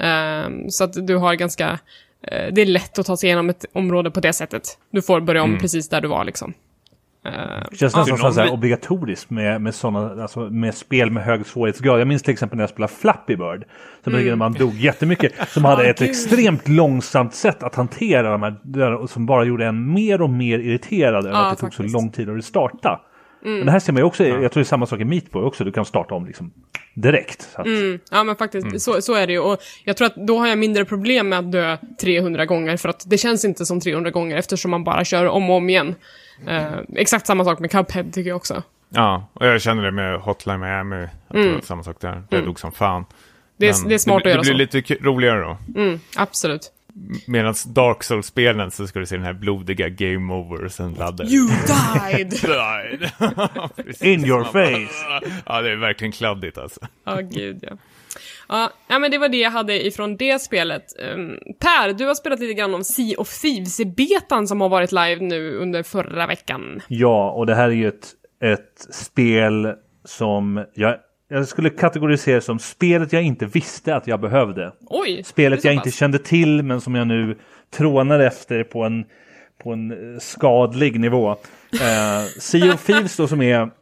så att du har ganska, det är lätt att ta sig igenom ett område på det sättet. Du får börja om precis där du var liksom. Det känns nästan så här obligatoriskt med såna, alltså med spel med hög svårighetsgrad. Jag minns till exempel när jag spelade Flappy Bird, så när man dog jättemycket, som hade ett extremt långsamt sätt att hantera de här, och som bara gjorde en mer och mer irriterad över att det tog så lång tid att starta. Men det här ser man ju också, jag tror det är samma sak i Meat Boy också, du kan starta om liksom direkt. Så att... Ja, men faktiskt, så är det ju. Och jag tror att då har jag mindre problem med att dö 300 gånger, för att det känns inte som 300 gånger eftersom man bara kör om och om igen. Exakt samma sak med Cuphead tycker jag också. Ja, och jag känner det med Hotline Miami, att det var samma sak där. Det dog som fan. Det är smart att göra så. Det blir lite roligare då. Absolut. Medan Dark Souls-spelen så ska du se den här blodiga game over och sen ladder. You died! In your face! Ja, det är verkligen kladdigt alltså. Ja, gud ja. Ja, men det var det jag hade ifrån det spelet. Per, du har spelat lite grann om Sea of Thieves-betan som har varit live nu under förra veckan. Ja, och det här är ju ett spel som jag skulle kategorisera som spelet jag inte visste att jag behövde. Oj! Spelet jag inte kände till men som jag nu trånar efter på en skadlig nivå. Sea of Thieves då, som är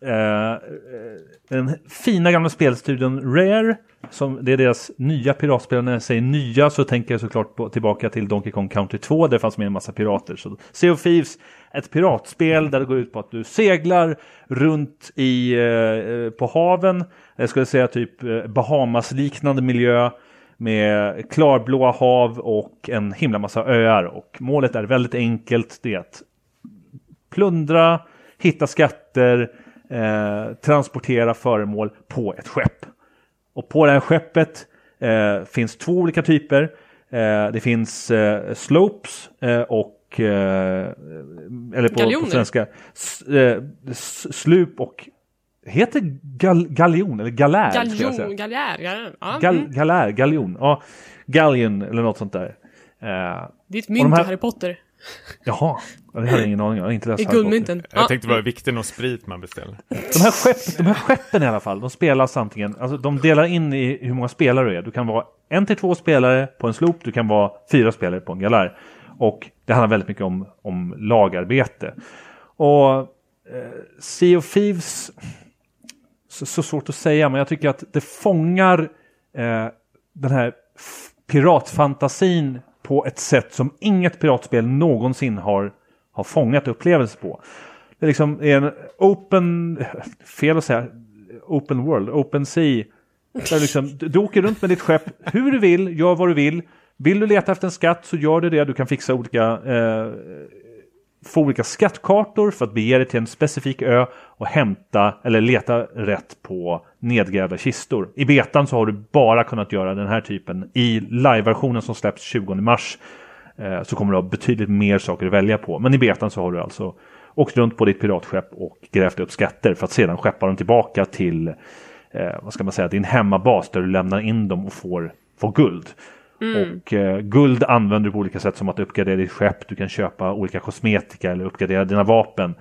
den fina gamla spelstudion Rare, som det är deras nya piratspel. När jag säger nya så tänker jag såklart tillbaka till Donkey Kong Country 2, där det fanns med en massa pirater. Så Sea of Thieves, ett piratspel där det går ut på att du seglar runt på haven. Jag skulle säga typ Bahamas-liknande miljö med klarblåa hav och en himla massa öar. Och målet är väldigt enkelt, det är att plundra, hitta skatter, transportera föremål på ett skepp. Och på det här skeppet finns två olika typer. Det finns slopes och eller på svenska slup och heter galjon eller galär. Galjon. Ja, galleon eller något sånt där. Det är ett mynt i Harry Potter. Jaha, det hade jag ingen aning om. Jag har inte läst Harry Potter. Jag tänkte bara vikten och sprit man beställer. De här skeppen i alla fall, de spelas antingen, alltså de delar in i hur många spelare det är. Du kan vara 1-2 spelare på en slop, du kan vara 4 spelare på en galär. Och det handlar väldigt mycket om lagarbete. Och Sea of Thieves, så svårt att säga, men jag tycker att det fångar den här piratfantasin på ett sätt som inget piratspel någonsin har fångat upplevelse på. Det är liksom en open world, open sea. Där liksom, du åker runt med ditt skepp hur du vill, gör vad du vill. Vill du leta efter en skatt så gör du det. Du kan fixa få olika skattkartor för att bege dig till en specifik ö och hämta eller leta rätt på nedgrävda kistor. I betan så har du bara kunnat göra den här typen. I live-versionen som släpps 20 mars så kommer du ha betydligt mer saker att välja på. Men i betan så har du alltså åkt runt på ditt piratskepp och grävt upp skatter för att sedan skeppa dem tillbaka till din hemmabas där du lämnar in dem och får guld. Och guld använder du på olika sätt, som att uppgradera ditt skepp. Du kan köpa olika kosmetika eller uppgradera dina vapen.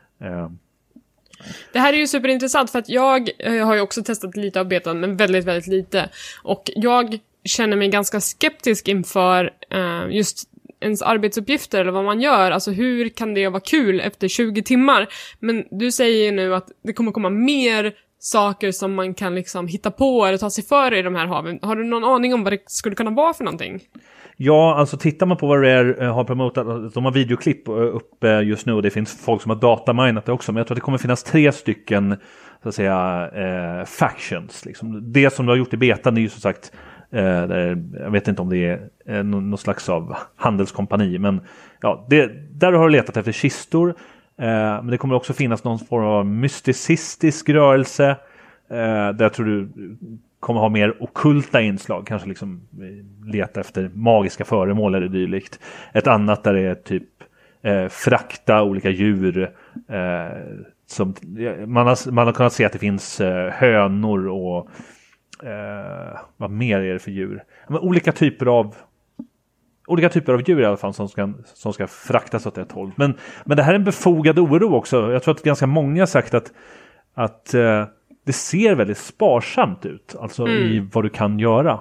Det här är ju superintressant för att jag har ju också testat lite av betan, men väldigt, väldigt lite. Och jag känner mig ganska skeptisk inför just ens arbetsuppgifter eller vad man gör. Alltså hur kan det vara kul efter 20 timmar? Men du säger ju nu att det kommer komma mer saker som man kan liksom hitta på eller ta sig för i de här haven. Har du någon aning om vad det skulle kunna vara för någonting? Ja, alltså tittar man på vad Rare har promotat, de har videoklipp uppe just nu och det finns folk som har dataminat det också, men jag tror att det kommer finnas 3 stycken så att säga factions. Liksom. Det som du har gjort i betan är ju som sagt jag vet inte om det är någon slags av handelskompani, men ja, där har du letat efter kistor. Men det kommer också finnas någon form av mysticistisk rörelse där jag tror du kommer ha mer ockulta inslag, kanske liksom leta efter magiska föremål eller dylikt. Ett annat där det är typ frakta olika djur som man har kunnat se att det finns hönor och vad mer är det för djur? Men olika typer av djur i alla fall som ska fraktas åt ett håll. Men det här är en befogad oro också. Jag tror att ganska många har sagt att det ser väldigt sparsamt ut. Alltså i vad du kan göra.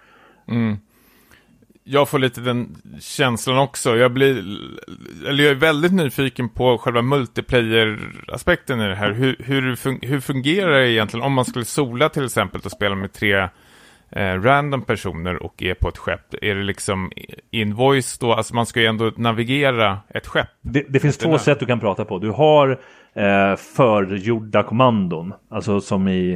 Jag får lite den känslan också. Jag är väldigt nyfiken på själva multiplayer-aspekten i det här. Hur fungerar det egentligen om man skulle sola till exempel och spela med 3 random personer och är på ett skepp? Är det liksom invoice då? Alltså man ska ju ändå navigera ett skepp. Det finns 2 sätt du kan prata på. Du har förgjorda kommandon. Alltså som i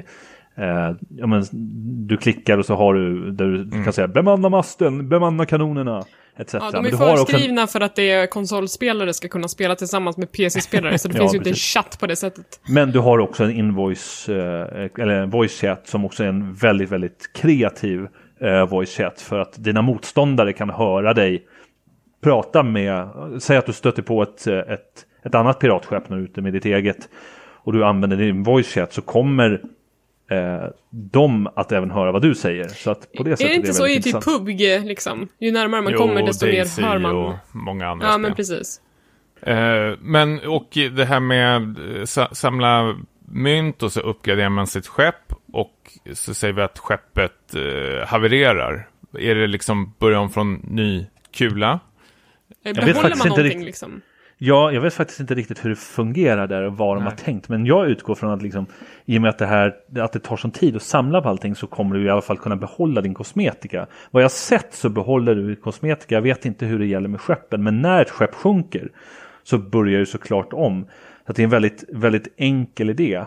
du klickar och så har du där du kan säga bemanna masten, bemanna kanonerna. etc. Ja, de är förskrivna för att det är konsolspelare ska kunna spela tillsammans med PC-spelare, så det finns ju inte en chatt på det sättet. Men du har också en invoice eller en voice chat som också är en väldigt, väldigt kreativ voice chat, för att dina motståndare kan höra dig prata med, säg att du stöter på ett annat piratskepp när du är ute med ditt eget och du använder din voice chat, så kommer de att även höra vad du säger. Så att på det sättet är det inte så i typ PUBG liksom? Ju närmare man kommer desto mer hör man. Och många andra spel. spel. Men precis. Men och det här med samla mynt och så uppgraderar man sitt skepp och så säger vi att skeppet havererar. Är det liksom början från ny kula? Behåller man någonting liksom? Ja, jag vet faktiskt inte riktigt hur det fungerar där och vad de har tänkt. Men jag utgår från att liksom, i och med att det tar sån tid att samla på allting, så kommer du i alla fall kunna behålla din kosmetika. Vad jag sett så behåller du kosmetika. Jag vet inte hur det gäller med skeppen. Men när ett skepp sjunker så börjar det såklart om. Så att det är en väldigt, väldigt enkel idé.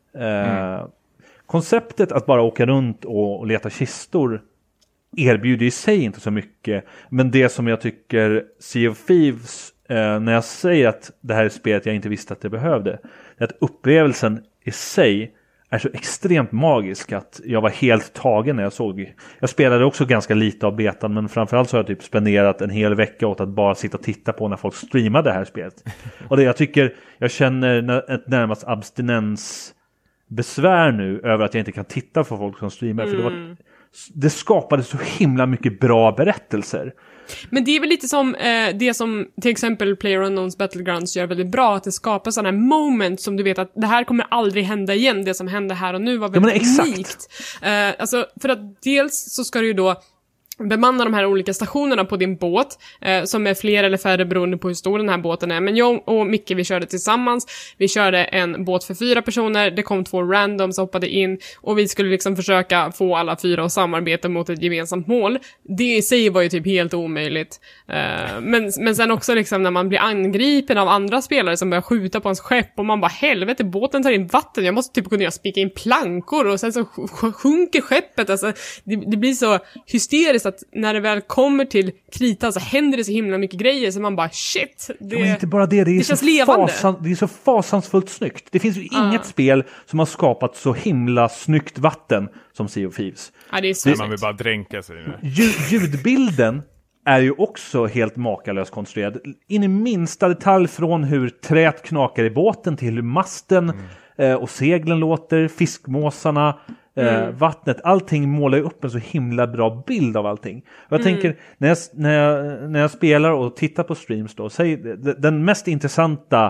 Konceptet att bara åka runt och leta kistor erbjuder i sig inte så mycket. Men det som jag tycker Sea of Thieves, när jag säger att det här är spelet jag inte visste att det behövde, är att upplevelsen i sig är så extremt magisk att jag var helt tagen när jag såg. Jag spelade också ganska lite av betan, men framförallt så har jag typ spenderat en hel vecka åt att bara sitta och titta på när folk streamade det här spelet. Och det jag känner ett närmast abstinensbesvär nu över att jag inte kan titta på folk som streamar, för det skapade så himla mycket bra berättelser. Men det är väl lite som det som till exempel PlayerUnknown's Battlegrounds gör väldigt bra, att det skapar sådana här moment som du vet att det här kommer aldrig hända igen. Det som hände här och nu var väldigt unikt. Alltså, för att dels så ska du ju då bemanna de här olika stationerna på din båt, som är fler eller färre beroende på hur stor den här båten är. Men jag och Micke, vi körde tillsammans. Vi körde en båt för 4 personer. Det kom 2 randoms som hoppade in. Och vi skulle liksom försöka få alla 4 att samarbeta mot ett gemensamt mål. Det i sig var ju typ helt omöjligt. Men sen också liksom när man blir angripen av andra spelare som börjar skjuta på ens skepp. Och man bara, helvete, båten tar in vatten. Jag måste typ kunna spika in plankor. Och sen så sjunker skeppet. Alltså, det blir så hysteriskt att när det väl kommer till krita så händer det så himla mycket grejer så man bara shit. Men inte bara det är känns levande. Det är så fasansfullt snyggt. Det finns ju inget spel som har skapat så himla snyggt vatten som Sea of Thieves. Ja, det är så man vill bara dränka sig nu. Ljudbilden är ju också helt makalöst konstruerad. In i minsta detalj, från hur trät knakar i båten till hur masten och seglen låter, fiskmåsarna, vattnet, allting målar ju upp en så himla bra bild av allting. Och jag tänker, när jag spelar och tittar på streams då, säg, den mest intressanta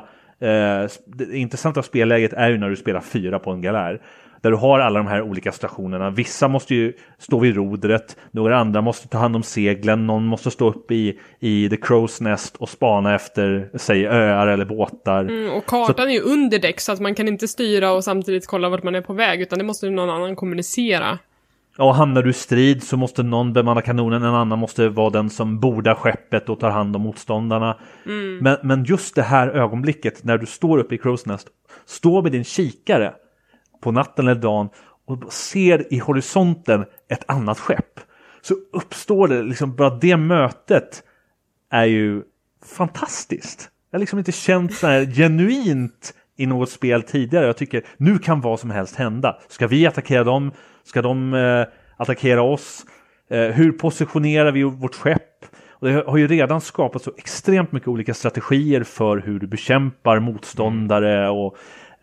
spelläget är ju när du spelar 4 på en galär. Där du har alla de här olika stationerna. Vissa måste ju stå vid rodret. Några andra måste ta hand om seglen. Någon måste stå upp i The Crow's Nest och spana efter, säg, öar eller båtar. Och kartan är ju under däck, så att man kan inte styra och samtidigt kolla vart man är på väg. Utan det måste någon annan kommunicera. Och hamnar du i strid så måste någon bemanna kanonen. En annan måste vara den som bordar skeppet och tar hand om motståndarna. Men just det här ögonblicket när du står uppe i Crow's Nest, står med din kikare på natten eller dagen och ser i horisonten ett annat skepp, så uppstår det liksom, bara det mötet är ju fantastiskt. Jag har liksom inte känt så här genuint i något spel tidigare. Jag tycker nu kan vad som helst hända. Ska vi attackera dem? Ska de attackera oss? Hur positionerar vi vårt skepp? Och det har ju redan skapat så extremt mycket olika strategier för hur du bekämpar motståndare. Och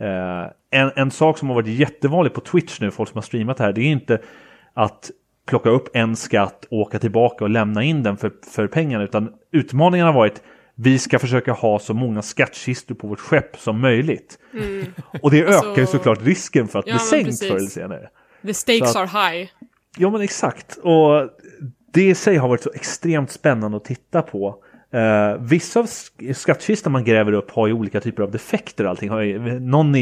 en sak som har varit jättevanlig på Twitch nu, folk som har streamat här, det är inte att plocka upp en skatt, åka tillbaka och lämna in den för pengarna, utan utmaningen har varit: vi ska försöka ha så många skattkistor på vårt skepp som möjligt. Och det ökar ju såklart risken för att bli sänkt förr eller senare. The stakes are high. Ja, men exakt. Och det i sig har varit så extremt spännande att titta på. Vissa av skattkistor man gräver upp har ju olika typer av defekter och allting. Någon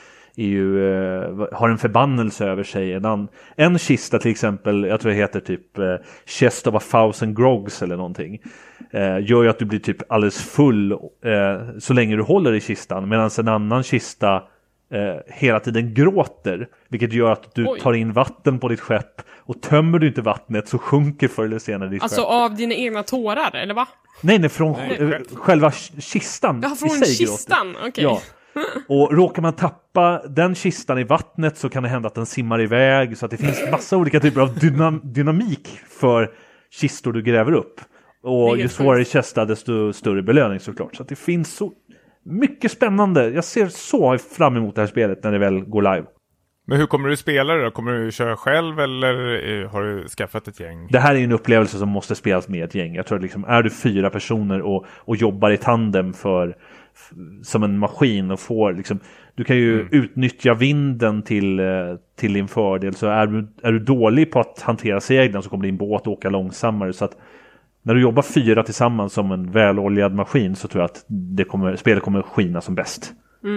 har en förbannelse över sig. En kista till exempel, jag tror det heter typ Chest of 1000 Grogs eller någonting, gör ju att du blir typ alldeles full så länge du håller i kistan, medan en annan kista hela tiden gråter, vilket gör att du tar in vatten på ditt skepp, och tömmer du inte vattnet så sjunker förr eller senare ditt alltså skepp. Av dina egna tårar, eller va? Nej, från själva kistan. Ja, från i sig kistan, okej. Ja. Och råkar man tappa den kistan i vattnet så kan det hända att den simmar iväg, så att det finns massa olika typer av dynamik för kistor du gräver upp. Och ju svårare kista, desto större belöning såklart. Så att det finns så mycket spännande. Jag ser så fram emot det här spelet när det väl går live. Men hur kommer du spela det då? Kommer du köra själv eller har du skaffat ett gäng? Det här är en upplevelse som måste spelas med ett gäng. Jag tror att liksom, är du 4 personer och jobbar i tandem som en maskin och får liksom, du kan ju utnyttja vinden till din fördel. Så är du dålig på att hantera seglen så kommer din båt åka långsammare. Så att när du jobbar 4 tillsammans som en väloljad maskin så tror jag att spelet kommer skina som bäst.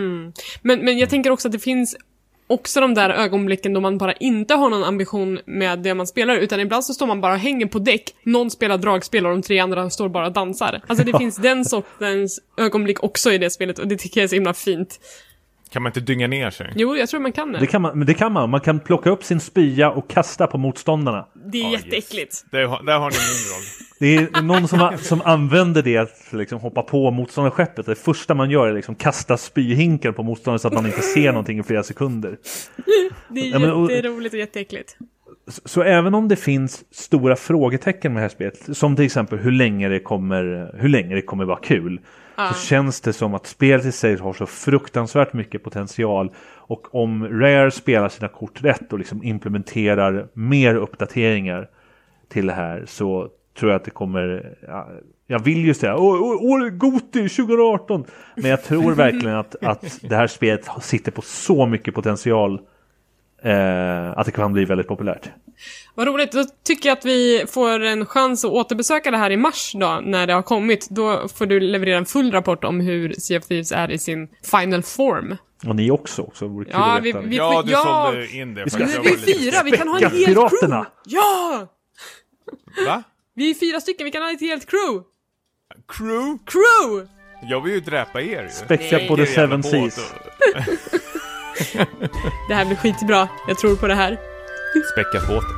Men jag tänker också att det finns också de där ögonblicken då man bara inte har någon ambition med det man spelar, utan ibland så står man bara och hänger på däck, någon spelar dragspel och de 3 andra står bara och dansar. Alltså det finns den sortens ögonblick också i det spelet, och det tycker jag är så himla fint. Kan man inte dynga ner sig? Jo, jag tror man kan det. Det kan man. Man kan plocka upp sin spya och kasta på motståndarna. Det är jätteäckligt. Yes. Där har ni min roll. Det är någon som använder det att liksom hoppa på motståndarskeppet. Det första man gör är liksom kasta spyhinken på motståndaren så att man inte ser någonting i flera sekunder. Det är jätteroligt och jätteäckligt. Så även om det finns stora frågetecken med det här spelet, som till exempel hur länge det kommer vara kul, så känns det som att spelet i sig har så fruktansvärt mycket potential, och om Rare spelar sina kort rätt och liksom implementerar mer uppdateringar till det här, så tror jag att det kommer, jag vill ju säga Goti 2018, men jag tror verkligen att det här spelet sitter på så mycket potential att det kan bli väldigt populärt. Vad roligt, då tycker jag att vi får en chans att återbesöka det här i mars då, när det har kommit. Då får du leverera en full rapport om hur Sea of Thieves är i sin final form. Och ni också. Vore kul att veta. Du sålde in det. Vi är 4, vi kan ha en hel crew. Ja! Va? Vi är 4 stycken, vi kan ha ett helt crew. Crew? Jag vill ju dräpa er ju. Späckat på The Seven Seas. Det här blir skitbra, jag tror på det här. Späckat båten.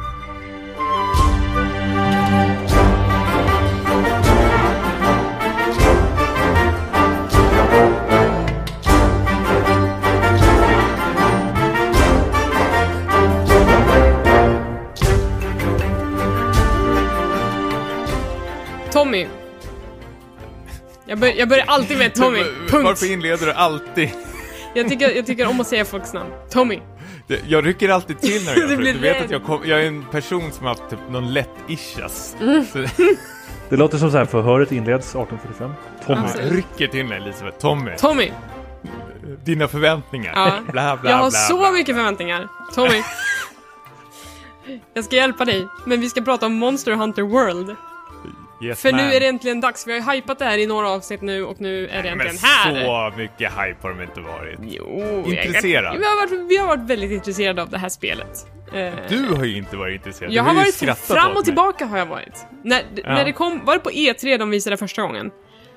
Tommy. Jag börjar alltid med Tommy. Punkt. Varför inleder du alltid? Jag tycker om att säga folks namn. Tommy. Jag rycker alltid till när jag du vet att jag är en person som har haft typ någon lätt ischias. Det låter som så här, förhöret inleds 1845. Tommy. Rycker till mig, Elisabeth. Tommy. Dina förväntningar. Ja. Bla, bla, jag har bla, så bla. mycket förväntningar. Tommy. Jag ska hjälpa dig. Men vi ska prata om Monster Hunter World. Yes, för man. nu är det äntligen dags. Vi har ju hypat det här i några avsnitt nu, och nu är det äntligen här. Men så mycket hype har de inte varit. Jo, intresserad. Vi har varit väldigt intresserade av det här spelet. Du har ju inte varit intresserad. Jag har varit fram och tillbaka har jag varit. När det kom, var det på E3 de visade första gången?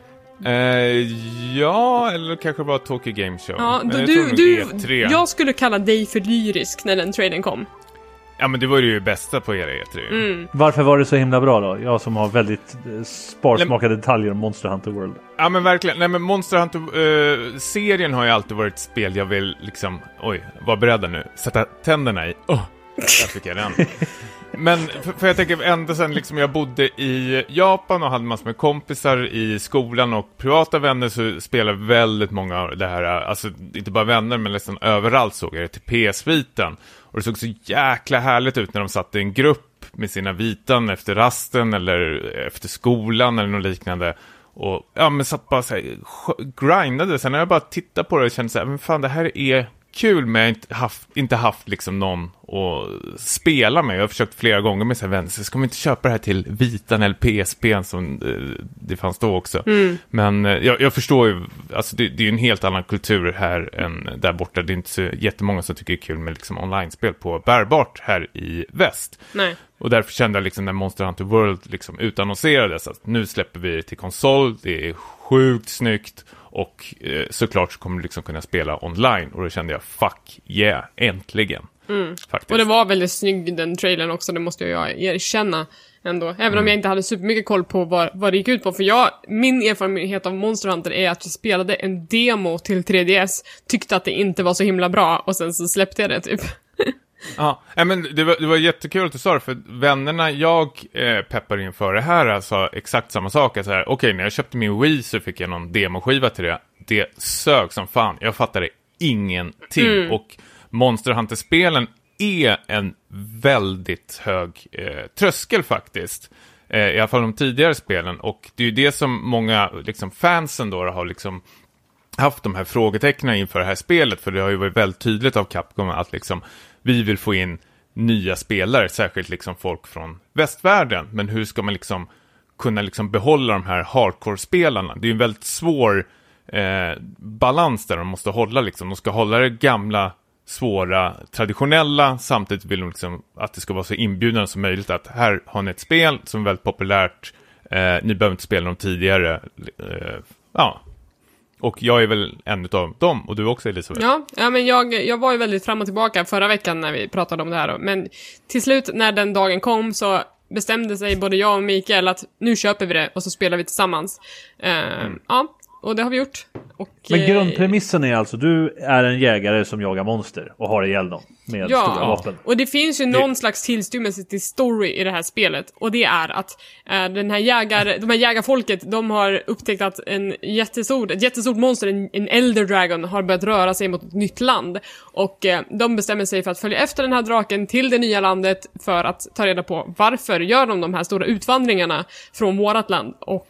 Ja, eller kanske bara Tokyo Game Show. Ja, E3. Jag skulle kalla dig för lyrisk när den traden kom. Ja, men det var ju bästa på era E3. Varför var det så himla bra då? Jag som har väldigt sparsmakade detaljer om Monster Hunter World. Ja, men verkligen. Nej, men Monster Hunter-serien har ju alltid varit ett spel jag vill liksom, var beredda nu. Sätta tänderna i. Där fick jag den. Men för jag tänker ända sen liksom jag bodde i Japan och hade massor med kompisar i skolan och privata vänner, så spelade väldigt många av det här, alltså inte bara vänner men nästan överallt såg jag det till PS-viten. Och det såg så jäkla härligt ut när de satt i en grupp med sina vitan efter rasten eller efter skolan eller något liknande. Och ja, men satt bara så här, grindade. Sen när jag bara tittade på det och kände så här, men fan, det här är kul, men jag har inte haft liksom någon att spela med. Jag har försökt flera gånger med så här vänner, så ska vi inte köpa det här till Vitan eller PSP som det fanns då också. Men jag förstår ju, alltså det är ju en helt annan kultur här än där borta. Det är inte så jättemånga som tycker det är kul med liksom online-spel på bärbart här i väst. Nej. Och därför kände jag liksom när Monster Hunter World liksom utannonserades att nu släpper vi det till konsol, det är sjukt snyggt Och såklart så kommer du liksom kunna spela online. Och då kände jag, fuck yeah, äntligen. Faktiskt. Och det var väldigt snygg den trailern också, det måste jag erkänna ändå. Även om jag inte hade supermycket koll på vad det gick ut på. För min erfarenhet av Monster Hunter är att jag spelade en demo till 3DS, tyckte att det inte var så himla bra och sen så släppte jag det typ. Ja, men det var jättekul att du sa det, för vännerna jag peppade inför det här sa exakt samma sak. Okej, när jag köpte min Wii så fick jag någon demoskiva till det. Det sög som fan, jag fattade ingenting. Och Monster Hunter-spelen är en väldigt hög tröskel faktiskt. I alla fall de tidigare spelen. Och det är ju det som många liksom, fansen då har liksom haft de här frågetecknen inför det här spelet. För det har ju varit väldigt tydligt av Capcom att liksom, vi vill få in nya spelare, särskilt liksom folk från västvärlden. Men hur ska man liksom kunna liksom behålla de här hardcore-spelarna? Det är ju en väldigt svår balans där de måste hålla liksom. De ska hålla det gamla, svåra, traditionella, samtidigt vill de liksom att det ska vara så inbjudande som möjligt, att här har ni ett spel som är väldigt populärt, ni behöver inte spela dem tidigare, och jag är väl en av dem, och du också, Elisabeth. Ja, men jag var ju väldigt fram och tillbaka förra veckan när vi pratade om det här, men till slut när den dagen kom så bestämde sig både jag och Mikael att nu köper vi det och så spelar vi tillsammans. Ja, och det har vi gjort. Men grundpremissen är alltså, du är en jägare som jagar monster och har ihjäl dem med stora vapen. Och det finns ju någon slags tillstymmelse till story i det här spelet. Och det är att de här jägarfolket, de har upptäckt att ett jättestort monster, en Elder Dragon, har börjat röra sig mot ett nytt land. Och de bestämmer sig för att följa efter den här draken till det nya landet för att ta reda på varför gör de här stora utvandringarna från vårat land. Och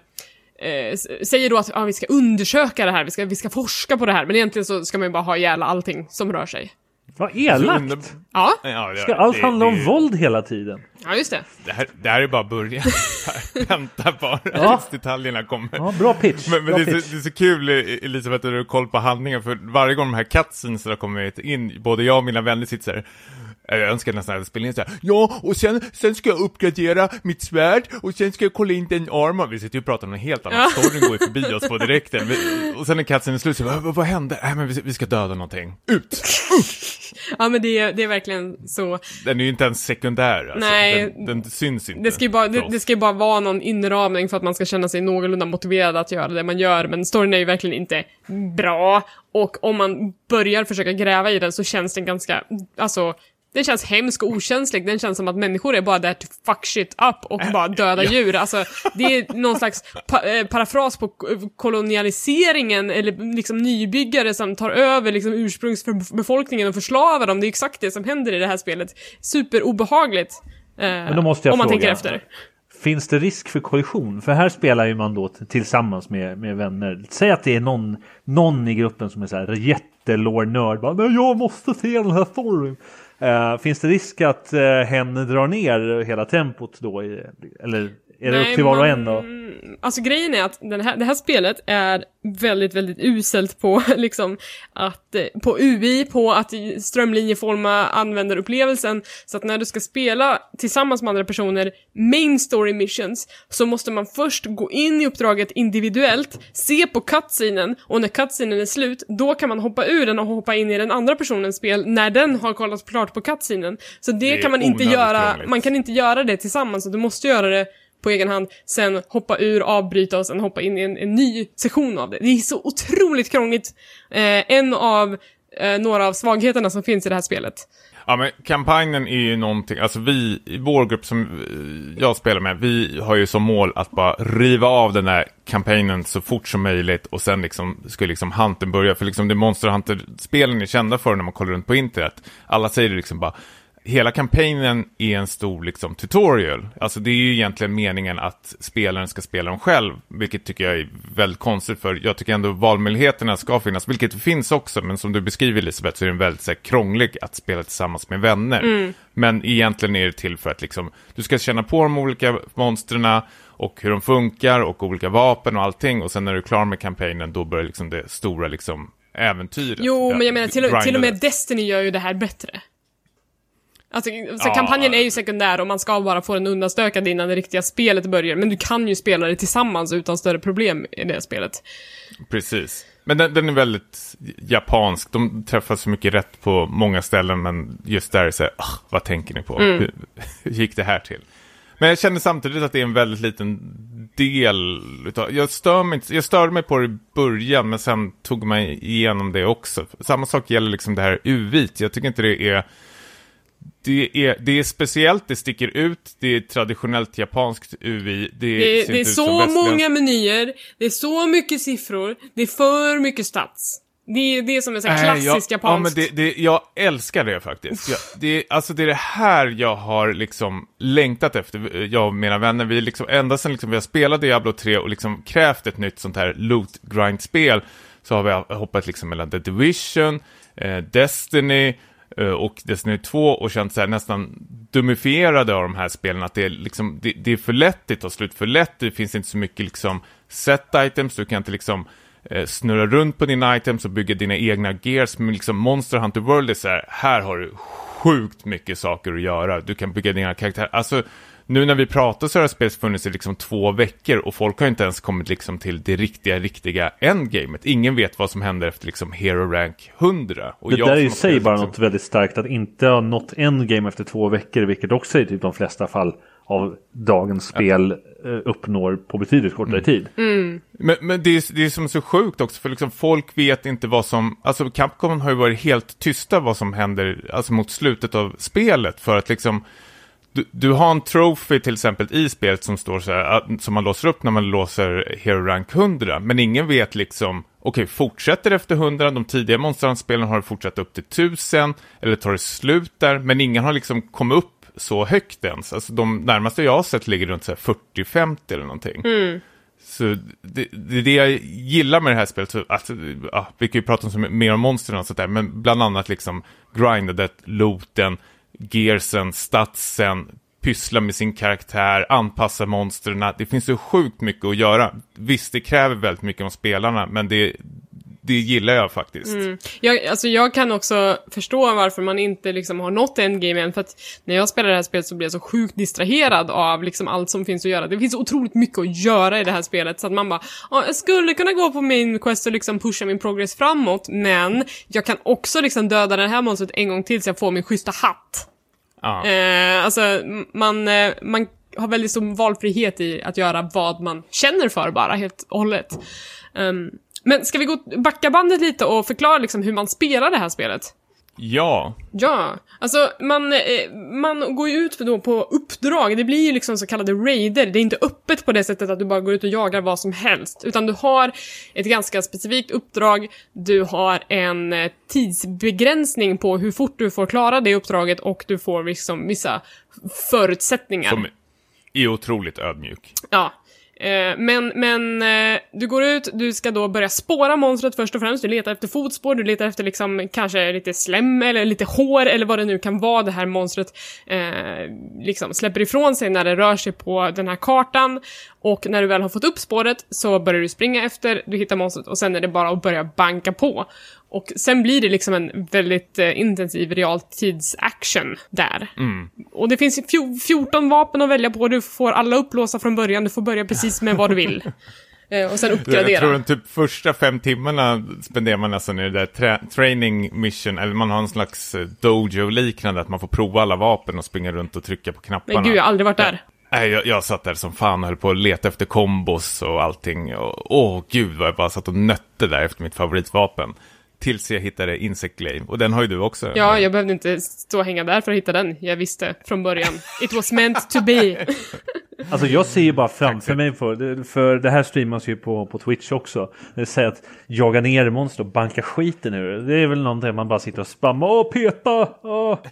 säger då att vi ska undersöka det här, vi ska forska på det här, men egentligen så ska man ju bara ha ihjäl allting som rör sig. Vad elakt! Ja. Ska allt handla om våld hela tiden? Ja, just det. Det här är bara början. Vänta bara, tills detaljerna kommer. Ja, bra pitch. Men det är så kul, Elisabeth, att du har koll på handlingen, för varje gång de här cutscenes har kommit in, både jag och mina vänner sitter så här. Jag önskar nästan att spela in så här. Ja, och sen ska jag uppgradera mitt svärd, och sen ska jag kolla in den armen. Vi sitter ju och pratar om en helt annan story, går ju förbi oss på direkten. Och sen när katsen är slut så vad hände? Men vi ska döda någonting. Ut! Ja, men det är verkligen så. Den är ju inte ens sekundär. Alltså. Nej. Den syns inte. Det ska ju bara vara någon inramning för att man ska känna sig någorlunda motiverad att göra det man gör. Men storyn är ju verkligen inte bra. Och om man börjar försöka gräva i den så känns den ganska, alltså, den känns hemsk och okänslig. Den känns som att människor är bara där to fuck shit up och bara döda djur. Alltså, det är någon slags parafras på kolonialiseringen, eller liksom nybyggare som tar över liksom ursprungsbefolkningen och förslavar dem. Det är exakt det som händer i det här spelet. Superobehagligt. Men då måste jag om man fråga, tänker efter. Finns det risk för kollision? För här spelar ju man då tillsammans med vänner. Säg att det är någon i gruppen som är så här jättelore-nörd. Nej, jag måste se den här storyn. Finns det risk att hen drar ner hela tempot då? Eller är det upp till var och en då? Alltså grejen är att det här spelet är väldigt, väldigt uselt på liksom att på UI, på att strömlinjeforma användarupplevelsen, så att när du ska spela tillsammans med andra personer main story missions, så måste man först gå in i uppdraget individuellt, se på cutscenen, och när cutscenen är slut, då kan man hoppa ur den och hoppa in i den andra personens spel när den har kollat klart på cutscenen. Så det kan man inte göra, man kan inte göra det tillsammans, så du måste göra det på egen hand, sen hoppa ur, avbryta och sen hoppa in i en ny sektion av det. Det är så otroligt krångligt. En av några av svagheterna som finns i det här spelet. Ja, men kampanjen är ju någonting, alltså vi i vår grupp som jag spelar med, vi har ju som mål att bara riva av den här kampanjen så fort som möjligt, och sen liksom ska liksom hunten börja, för liksom det Monster Hunter-spelen är kända för när man kollar runt på internet. Alla säger det liksom bara, hela kampanjen är en stor liksom tutorial. Alltså det är ju egentligen meningen att spelaren ska spela dem själv, vilket tycker jag är väldigt konstigt, för jag tycker ändå valmöjligheterna ska finnas, vilket finns också, men som du beskriver, Elisabeth, så är det väldigt så här, krånglig att spela tillsammans med vänner. Men egentligen är det till för att liksom, du ska känna på de olika monsterna och hur de funkar och olika vapen och allting, och sen när du är klar med kampanjen, då börjar liksom det stora liksom äventyret. Jo, men jag menar till och med Destiny gör ju det här bättre. Alltså kampanjen är ju sekundär och man ska bara få den undanstökad innan det riktiga spelet börjar. Men du kan ju spela det tillsammans utan större problem i det spelet. Precis. Men den är väldigt japansk. De träffar så mycket rätt på många ställen, men just där är det så här, vad tänker ni på? Hur gick det här till? Men jag känner samtidigt att det är en väldigt liten del utav, jag störde mig på det i början, men sen tog mig igenom det också. Samma sak gäller liksom det här UV:t. Jag tycker inte det är speciellt, det sticker ut, det är traditionellt japanskt UV. Det är så många menyer, det är så mycket siffror, det är för mycket stats. Det är det som är så klassiskt japanskt. Ja, men jag älskar det faktiskt. Det är det här jag har liksom längtat efter, jag och mina vänner. Vi liksom, ända sedan liksom vi har spelat Diablo 3 och liksom krävt ett nytt sånt här loot grind-spel, så har vi hoppat liksom mellan The Division, Destiny och Destiny 2 och känt så här nästan dumifierade av de här spelen, att det är liksom, det är för lätt, det tar slut för lätt, det finns inte så mycket liksom set items, du kan inte liksom snurra runt på dina items och bygga dina egna gears. Men liksom Monster Hunter World är så här har du sjukt mycket saker att göra. Du kan bygga dina karaktärer. Alltså, nu när vi pratar så har spelet funnits i liksom 2 veckor och folk har inte ens kommit liksom till det riktiga endgamet. Ingen vet vad som händer efter liksom Hero Rank 100. Och det där är ju sig bara liksom något väldigt starkt, att inte ha nått endgame efter 2 veckor, vilket också är typ de flesta fall av dagens spel uppnår på betydligt kortare tid. Men det är som så sjukt också, för liksom folk vet inte vad som, alltså Capcom har ju varit helt tysta vad som händer alltså mot slutet av spelet, för att liksom du har en trophy till exempel i spelet som står så här, som man låser upp när man låser Hero Rank 100, men ingen vet liksom, okej, fortsätter efter 100, de tidiga monsterspelen har fortsatt upp till 1000 eller tar det slut där, men ingen har liksom kommit upp så högt ens. Alltså de närmaste jag har sett ligger runt så här 40-50 eller någonting. Så det är det jag gillar med det här spelet. Så, alltså, vi kan ju prata om mer om monstren och sånt där, men bland annat liksom grindet, looten, gearsen, statsen, pyssla med sin karaktär, anpassa monsterna. Det finns så sjukt mycket att göra. Visst, det kräver väldigt mycket om spelarna, men det gillar jag faktiskt. Jag kan också förstå varför man inte liksom har nått endgame än, för att när jag spelar det här spelet så blir jag så sjukt distraherad av liksom allt som finns att göra. Det finns otroligt mycket att göra i det här spelet, så att man bara, jag skulle kunna gå på min quest och liksom pusha min progress framåt, men jag kan också liksom döda den här monstret en gång till så jag får min schyssta hatt. Alltså man har väldigt stor valfrihet i att göra vad man känner för, bara helt och hållet. Men ska vi backa bandet lite och förklara liksom hur man spelar det här spelet? Ja, alltså man går ju ut då på uppdrag. Det blir ju liksom så kallade raider. Det är inte öppet på det sättet att du bara går ut och jagar vad som helst, utan du har ett ganska specifikt uppdrag. Du har en tidsbegränsning på hur fort du får klara det uppdraget, och du får liksom vissa förutsättningar. Som är otroligt ödmjuk. Ja. Men du går ut, du ska då börja spåra monstret först och främst. Du letar efter fotspår, du letar efter liksom kanske lite slem eller lite hår eller vad det nu kan vara det här monstret liksom släpper ifrån sig när det rör sig på den här kartan. Och när du väl har fått upp spåret så börjar du springa efter, du hittar monstret, och sen är det bara att börja banka på. Och sen blir det liksom en väldigt intensiv realtidsaction där. Och det finns 14 vapen att välja på. Du får alla upplåsa från början. Du får börja precis med vad du vill. Och sen uppgradera. Jag tror att typ första 5 timmarna spenderar man nästan i det där training mission. Eller man har en slags dojo-liknande, att man får prova alla vapen och springa runt och trycka på knapparna. Men gud, jag har aldrig varit där. Jag satt där som fan och höll på att leta efter kombos och allting. Och gud vad jag bara satt och nötte där efter mitt favoritvapen. Tills jag hittade Insect Glaive. Och den har ju du också. Ja, jag behövde inte stå och hänga där för att hitta den. Jag visste från början. It was meant to be. Alltså jag ser ju bara framför mig, för det här streamas ju på Twitch också. Det säger att jaga ner monster och banka skiten ur. Det är väl någonting man bara sitter och spammar. Peta!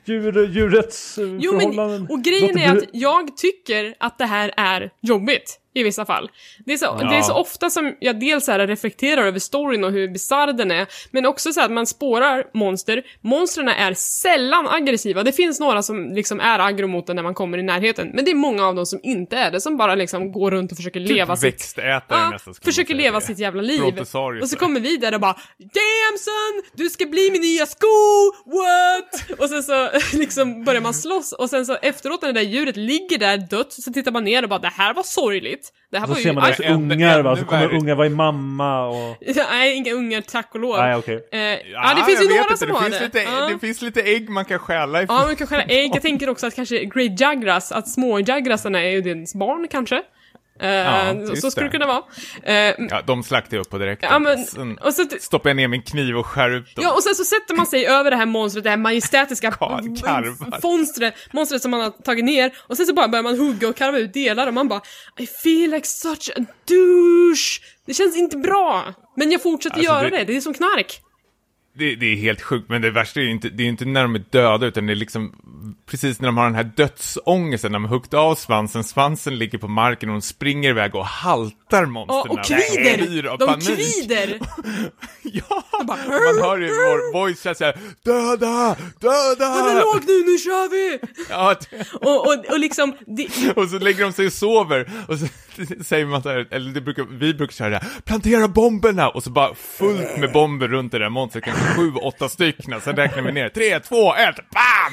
Djurets förhållanden. Och grejen är att jag tycker att det här är jobbigt. i vissa fall. Det är så ofta som jag dels så här reflekterar över storyn och hur bizarr den är, men också så att man spårar monster. Monstren är sällan aggressiva. Det finns några som liksom är aggro mot den när man kommer i närheten, men det är många av dem som inte är det, som bara liksom går runt och försöker leva försöker leva sitt jävla liv. Och så kommer vi där och bara damn son, du ska bli min nya sko, what? Och sen så liksom börjar man slåss, och sen så efteråt när det där djuret ligger där dött, så tittar man ner och bara, det här var sorgligt. Det här så var ser man deras ungar, va? Så kommer ungar vara i mamma och... Nej, inga ungar, tack och lov. Nej, okej. Det finns ju några som har det. Det finns lite ägg man kan stjäla ifrån. Ja, man kan stjäla ägg. Jag tänker också att kanske Great Jagras, att små Jagrasarna är ju dins barn kanske. Så skulle det kunna vara. De slaktar upp på direkt. Och så stoppar jag ner min kniv och skär upp dem. Ja, och sen så sätter man sig över det här monstret, det här majestätiska monstret som man har tagit ner, och sen så bara börjar man hugga och karva ut delar, och man bara I feel like such a douche. Det känns inte bra, men jag fortsätter göra det är som knark. Det är helt sjukt, men det värsta är ju inte, det är inte när de är döda, utan det är liksom precis när de har den här dödsångesten, när de har huggit av svansen ligger på marken och de springer iväg och haltar monsterna. Och kvider! De kvider! Ja, man hör ju vår voice såhär, döda! Han är låg nu kör vi! Ja, och liksom... Och så lägger de sig och sover, och så säger man så här, eller vi brukar säga, plantera bomberna, och så bara fullt med bomber runt det där monstret, kanske 7-8 stycken, sen räknar vi ner, 3, 2, 1, bam!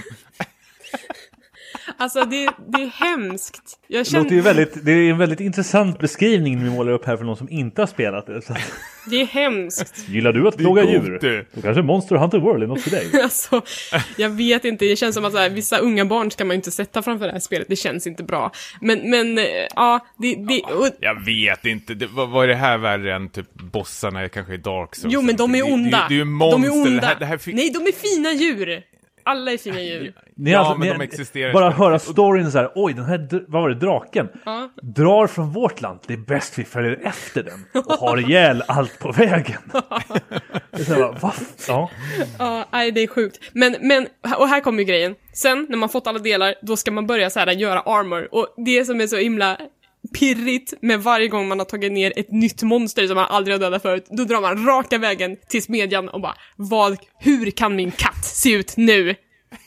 Alltså det är hemskt. Det är en väldigt intressant beskrivning ni målar upp här för någon som inte har spelat det. Så. Det är hemskt. Gillar du att plåga djur? Då kanske Monster Hunter World är något för dig. Alltså, jag vet inte. Det känns som att så här, vissa unga barn ska man ju inte sätta framför det här spelet. Det känns inte bra. Men ja, jag vet inte. Vad är det här värre än typ bossarna kanske i Dark Souls? Jo, men de är onda. Det är ju monster. De är onda. Det här Nej, de är fina djur. Alla är fina djur. Men de existerar. Bara höra storyn så här, oj, den här, vad var det, draken? Drar från vårt land, det är bäst vi följer efter den och har ihjäl allt på vägen. Det är bara, va? Ja, nej, det är sjukt. Men, och här kommer ju grejen. Sen, när man fått alla delar, då ska man börja så här, göra armor. Och det som är så himla pirrigt med varje gång man har tagit ner ett nytt monster som man aldrig har dödat förut, då drar man raka vägen till smedjan och bara, hur kan min katt se ut nu?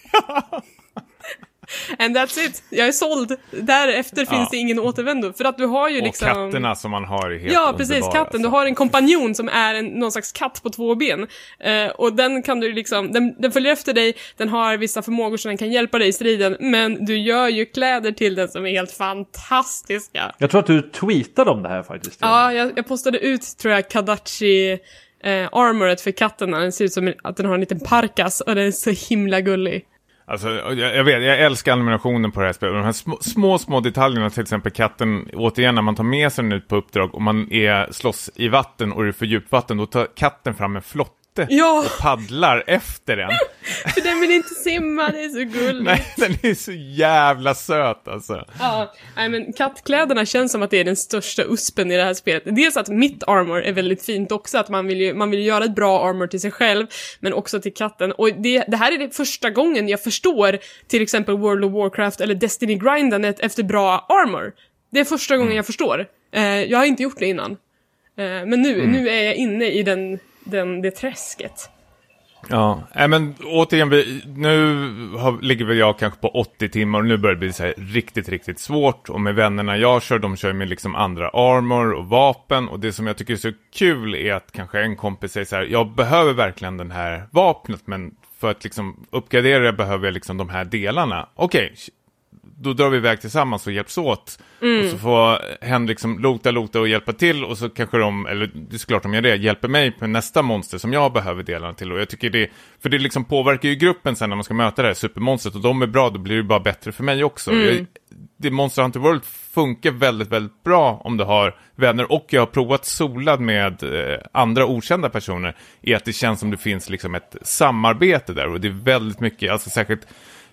And that's it. Jag är såld. Därefter finns det ingen återvändo. För att du har ju liksom... Och katterna som man har är helt Ja, precis, underbara, katten. alltså. Du har en kompanjon som är någon slags katt på 2 ben. Och den kan du liksom... Den följer efter dig. Den har vissa förmågor som den kan hjälpa dig i striden. Men du gör ju kläder till den som är helt fantastiska. Jag tror att du tweetade om det här faktiskt. Ja, jag postade ut, tror jag, Kadachi... armoret för katten. Den ser ut som att den har en liten parkas. Och den är så himla gullig. Alltså, jag älskar animationen på det här spelet. De här små detaljerna, till exempel katten, återigen när man tar med sig den ut på uppdrag och man slåss i vatten och det är för djupt vatten, då tar katten fram en flotte och paddlar efter den. För den vill inte simma, det är så gulligt. Nej, den är så jävla söt alltså. Ja, men kattkläderna känns som att det är den största uspen i det här spelet. Dels att mitt armor är väldigt fint också, att man vill göra ett bra armor till sig själv, men också till katten. Och det här är det första gången jag förstår till exempel World of Warcraft eller Destiny-grindandet efter bra armor. Det är första gången jag förstår. Jag har inte gjort det innan. Men nu är jag inne i det träsket. Ja, men återigen, ligger väl jag kanske på 80 timmar och nu börjar det bli så här riktigt, riktigt svårt. Och med vännerna jag kör, de kör med liksom andra armor och vapen. Och det som jag tycker är så kul är att kanske en kompis säger så här, jag behöver verkligen den här vapnet, men för att liksom uppgradera det behöver jag liksom de här delarna. Okej, då drar vi iväg tillsammans och hjälps åt. Och så får hen liksom lota och hjälpa till. Och så kanske eller det är såklart de gör det, hjälper mig på nästa monster som jag behöver delarna till. Och jag tycker för det liksom påverkar ju gruppen sen när man ska möta det här supermonstret. Och de är bra, då blir det bara bättre för mig också. Det Monster Hunter World funkar väldigt, väldigt bra om du har vänner. Och jag har provat solad med andra okända personer. I att det känns som det finns liksom ett samarbete där. Och det är väldigt mycket, alltså särskilt...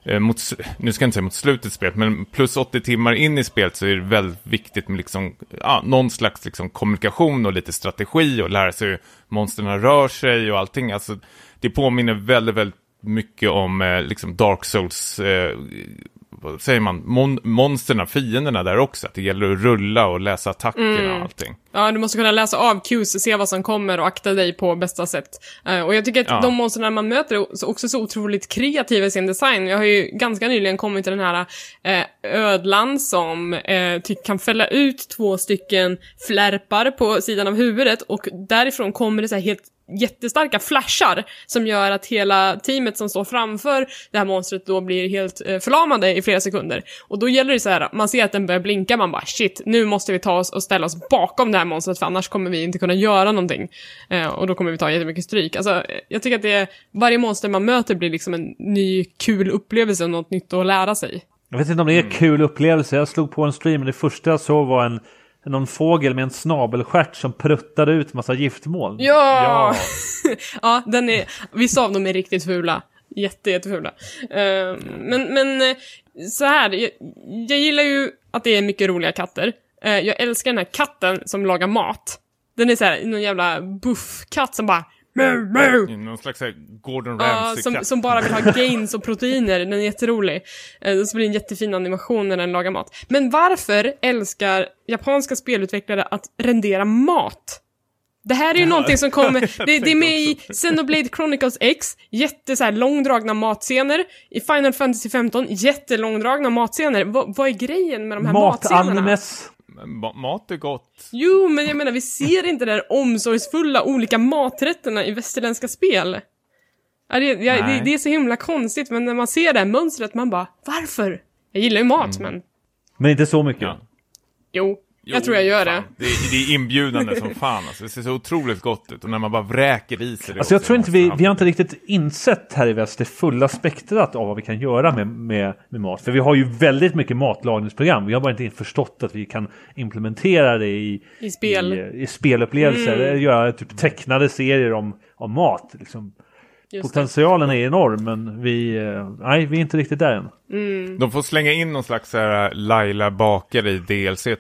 nu ska jag inte säga mot slutet spelet, men plus 80 timmar in i spelet så är det väldigt viktigt med liksom, någon slags liksom kommunikation och lite strategi och lära sig hur monsterna rör sig och allting. Alltså, det påminner väldigt, väldigt mycket om liksom Dark Souls på, säger man, monsterna, fienderna där också. Att det gäller att rulla och läsa attacker och allting. Ja, du måste kunna läsa av cues, se vad som kommer och akta dig på bästa sätt. Och jag tycker att de monsterna man möter är också så otroligt kreativa i sin design. Jag har ju ganska nyligen kommit till den här ödlan som kan fälla ut 2 stycken flärpar på sidan av huvudet, och därifrån kommer det så här helt jättestarka flashar som gör att hela teamet som står framför det här monstret då blir helt förlamade i flera sekunder. Och då gäller det så här, man ser att den börjar blinka, man bara shit, nu måste vi ta oss och ställa oss bakom det här monstret, för annars kommer vi inte kunna göra någonting. Och då kommer vi ta jättemycket stryk. Alltså, jag tycker att varje monster man möter blir liksom en ny kul upplevelse och något nytt att lära sig. Jag vet inte om det är kul upplevelse. Jag slog på en stream, men det första jag såg var någon fågel med en snabelstjärt som pruttade ut massa giftmoln. Ja! Ja, vissa av dem är riktigt fula. Jättefula. Men så här, jag gillar ju att det är mycket roliga katter. Jag älskar den här katten som lagar mat. Den är så här, någon jävla buffkatt som bara någon slags Gordon Ramsay-katt. som bara vill ha gains och proteiner. Den är jätterolig. Så blir det en jättefin animation när den lagar mat. Men varför älskar japanska spelutvecklare att rendera mat? Det här är ju någonting som kommer... Det är med i Xenoblade Chronicles X. Så här långdragna matscener. I Final Fantasy 15. Jättelångdragna matscener. Vad är grejen med de här matscenerna? Mat är gott. Jo, men jag menar, vi ser inte där omsorgsfulla olika maträtterna i västerländska spel. Det är så himla konstigt, men när man ser det här mönstret, man bara, varför? Jag gillar ju mat, Men inte så mycket. Ja. Jo, jag tror jag gör fan. Det är inbjudande som fan. Alltså. Det ser så otroligt gott ut. Och när man bara vräker i sig det. Alltså jag tror inte vi har inte riktigt insett här i väst det fulla spektrat av vad vi kan göra med mat. För vi har ju väldigt mycket matlagningsprogram. Vi har bara inte förstått att vi kan implementera det i spelupplevelser. Göra typ tecknade serier om mat. Liksom. Potentialen är enorm, men vi är inte riktigt där än. De får slänga in någon slags Laila bakare i DLC till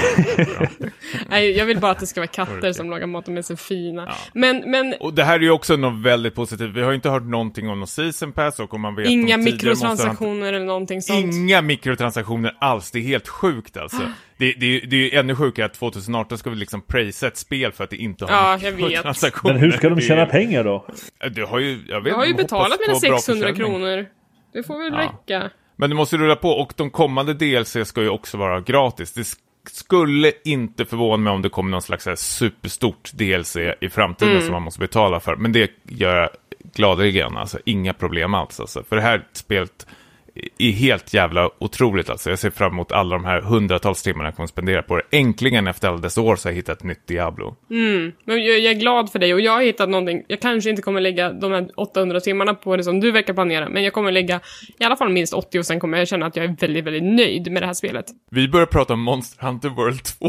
Nej, jag vill bara att det ska vara katter som lagar mat, de är så fina. Ja. Men och det här är ju också något väldigt positivt. Vi har ju inte hört någonting om någon season pass, och om man vet inga mikrotransaktioner eller någonting sånt. Inga mikrotransaktioner alls, det är helt sjukt alltså. Det är ju ännu sjukare att 2018 ska vi liksom prisa ett spel för att det inte har mikrotransaktioner. Men hur ska de tjäna pengar då? Jag har ju betalat mina 600 kronor. Det får väl räcka. Men det måste rulla på, och de kommande DLC ska ju också vara gratis. Det skulle inte förvåna mig om det kommer någon slags här superstort DLC i framtiden som man måste betala för. Men det gör jag gladeligen, alltså inga problem alls. Alltså. För det här spelet är helt jävla otroligt alltså. Jag ser fram emot alla de här hundratals timmarna jag kommer spendera på det. Äntligen efter alla dessa år så har jag hittat ett nytt Diablo. Men jag är glad för dig, och jag har hittat någonting. Jag kanske inte kommer lägga de här 800 timmarna på det som du verkar planera, men jag kommer lägga i alla fall minst 80, och sen kommer jag känna att jag är väldigt, väldigt nöjd med det här spelet. Vi börjar prata om Monster Hunter World 2.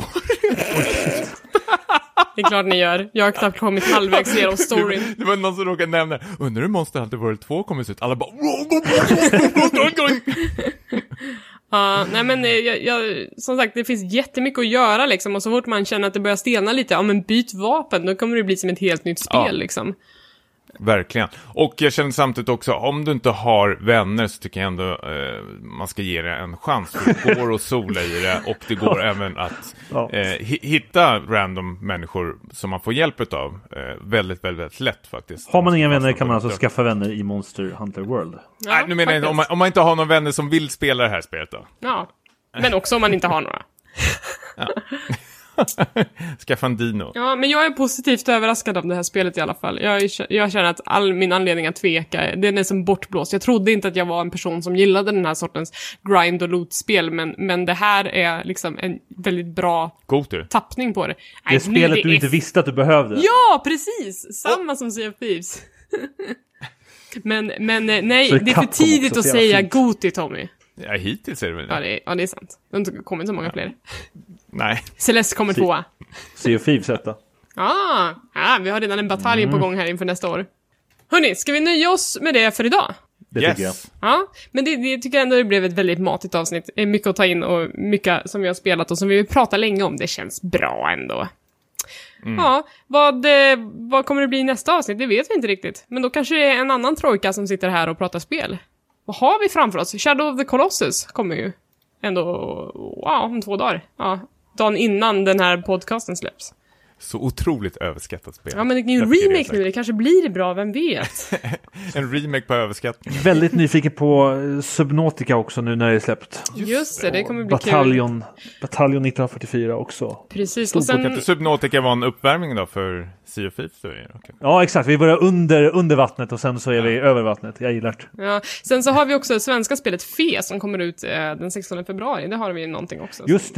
Det är klart ni gör. Jag har knappt kommit halvvägs ner av storyn. Det var någon som råkade nämna, undrar hur Monster Hunter World 2 kommer se ut. Alla bara... Nej men jag, som sagt, det finns jättemycket att göra liksom. Och så fort man känner att det börjar stelna lite, men byt vapen, då kommer det bli som ett helt nytt spel liksom. Verkligen. Och jag känner samtidigt också, om du inte har vänner så tycker jag ändå man ska ge det en chans. För det går att sola i det, och det går även att hitta random människor som man får hjälp av. Väldigt, väldigt, väldigt lätt faktiskt. Har man inga vänner kan man alltså skaffa vänner i Monster Hunter World. Nej, nu menar jag om man inte har någon vänner som vill spela det här spelet då. Ja, men också om man inte har några. Ja. Skaffa en dino. Ja, men jag är positivt överraskad av det här spelet i alla fall. Jag känner att all min anledning att tveka, den är som bortblåst. Jag trodde inte att jag var en person som gillade den här sortens grind- och loot-spel, men det här är liksom en väldigt bra tappning på det. Det är spelet du inte visste att du behövde. Ja, precis! Samma som Sea of Thieves. men nej, det är för tidigt att säga GOTY, Tommy. Ja, hittills är det väl. Ja, det är sant. Det har inte kommit så många fler. Nej. Celeste kommer tvåa. Sea of Thieves etta. Vi har redan en batalj på gång här inför nästa år. Hörrni, ska vi nöja oss med det för idag? Det tycker jag. Ja, men det tycker jag ändå det blev ett väldigt matigt avsnitt. Mycket att ta in och mycket som vi har spelat och som vi vill prata länge om. Det känns bra ändå. Ja, vad kommer det bli i nästa avsnitt? Det vet vi inte riktigt. Men då kanske det är en annan trojka som sitter här och pratar spel. vad har vi framför oss? Shadow of the Colossus kommer ju ändå, om 2 dagar. Ja, dagen innan den här podcasten släpps. Så otroligt överskattat spel. Ja, men det är ju en remake nu, det kanske blir bra, vem vet? En remake på överskattning. Väldigt nyfiken på Subnautica också nu när det är släppt. Just det kommer bli Bataljon 1944 också. Precis, och sen... Kan inte Subnautica vara en uppvärmning då för Sea of Thieves? Okay. Ja, exakt. Vi börjar under vattnet och sen så är vi över vattnet. Jag gillar det. Ja, sen så har vi också svenska spelet Fe som kommer ut den 16 februari. Det har vi någonting också. Just det,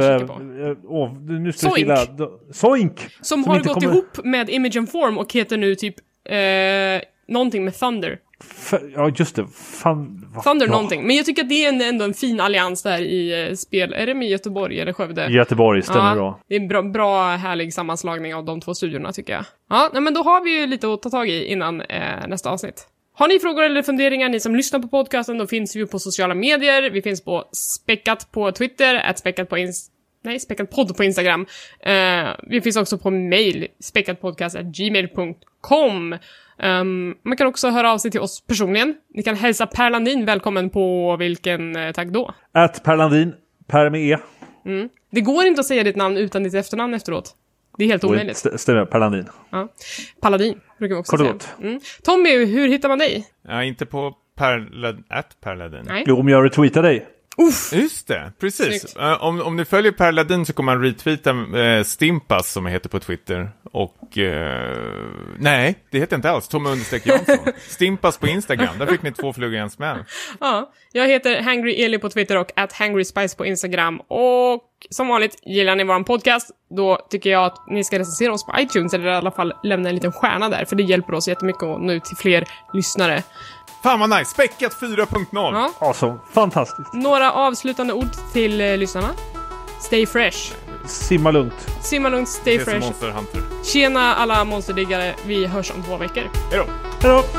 nu ska Zoink. Zoink! Som har gått ihop med Image and Form och heter nu typ någonting med Thunder. Ja, just det. Thunder någonting. Men jag tycker att det är ändå en fin allians där i spel. Är det med Göteborg eller Skövde? Göteborg, stämmer bra. Det är en bra, härlig sammanslagning av de 2 studiorna tycker jag. Ja, men då har vi ju lite att ta tag i innan nästa avsnitt. Har ni frågor eller funderingar, ni som lyssnar på podcasten, då finns vi på sociala medier. Vi finns på Späckat på Twitter, @späckatpodd på Instagram. Vi finns också på mail, späckatpodcast@gmail.com. Man kan också höra av sig till oss personligen. Ni kan hälsa Per Landin välkommen på vilken tagg då? @perlandin, Per med E. Det går inte att säga ditt namn utan ditt efternamn efteråt. Det är helt omöjligt. Stämmer, Perlandin. Ja. Paladin brukar vi också säga. Tommy, hur hittar man dig? Ja, inte på @perladin. Nej. Jo, om jag retweetar dig. Just det, precis. Om ni följer Per Ladin så kommer han retweeta Stimpas som jag heter på Twitter. Och nej, det heter inte alls Tommy_Jansson. Stimpas på Instagram, där fick ni 2 flugor i en smäll. Ja, jag heter Hangry Eli på Twitter och @HangrySpice på Instagram. Och som vanligt, gillar ni våran podcast, då tycker jag att ni ska recensera oss på iTunes eller i alla fall lämna en liten stjärna där, för det hjälper oss jättemycket att nå ut till fler lyssnare. Fan vad nice, Späckat 4.0. Ja. Awesome, fantastiskt. Några avslutande ord till lyssnarna. Stay fresh. Simma lugnt. Simma lugnt, stay fresh. Monster Hunter. Tjena alla monsterdiggare, vi hörs om 2 veckor. Hej då. Hej då.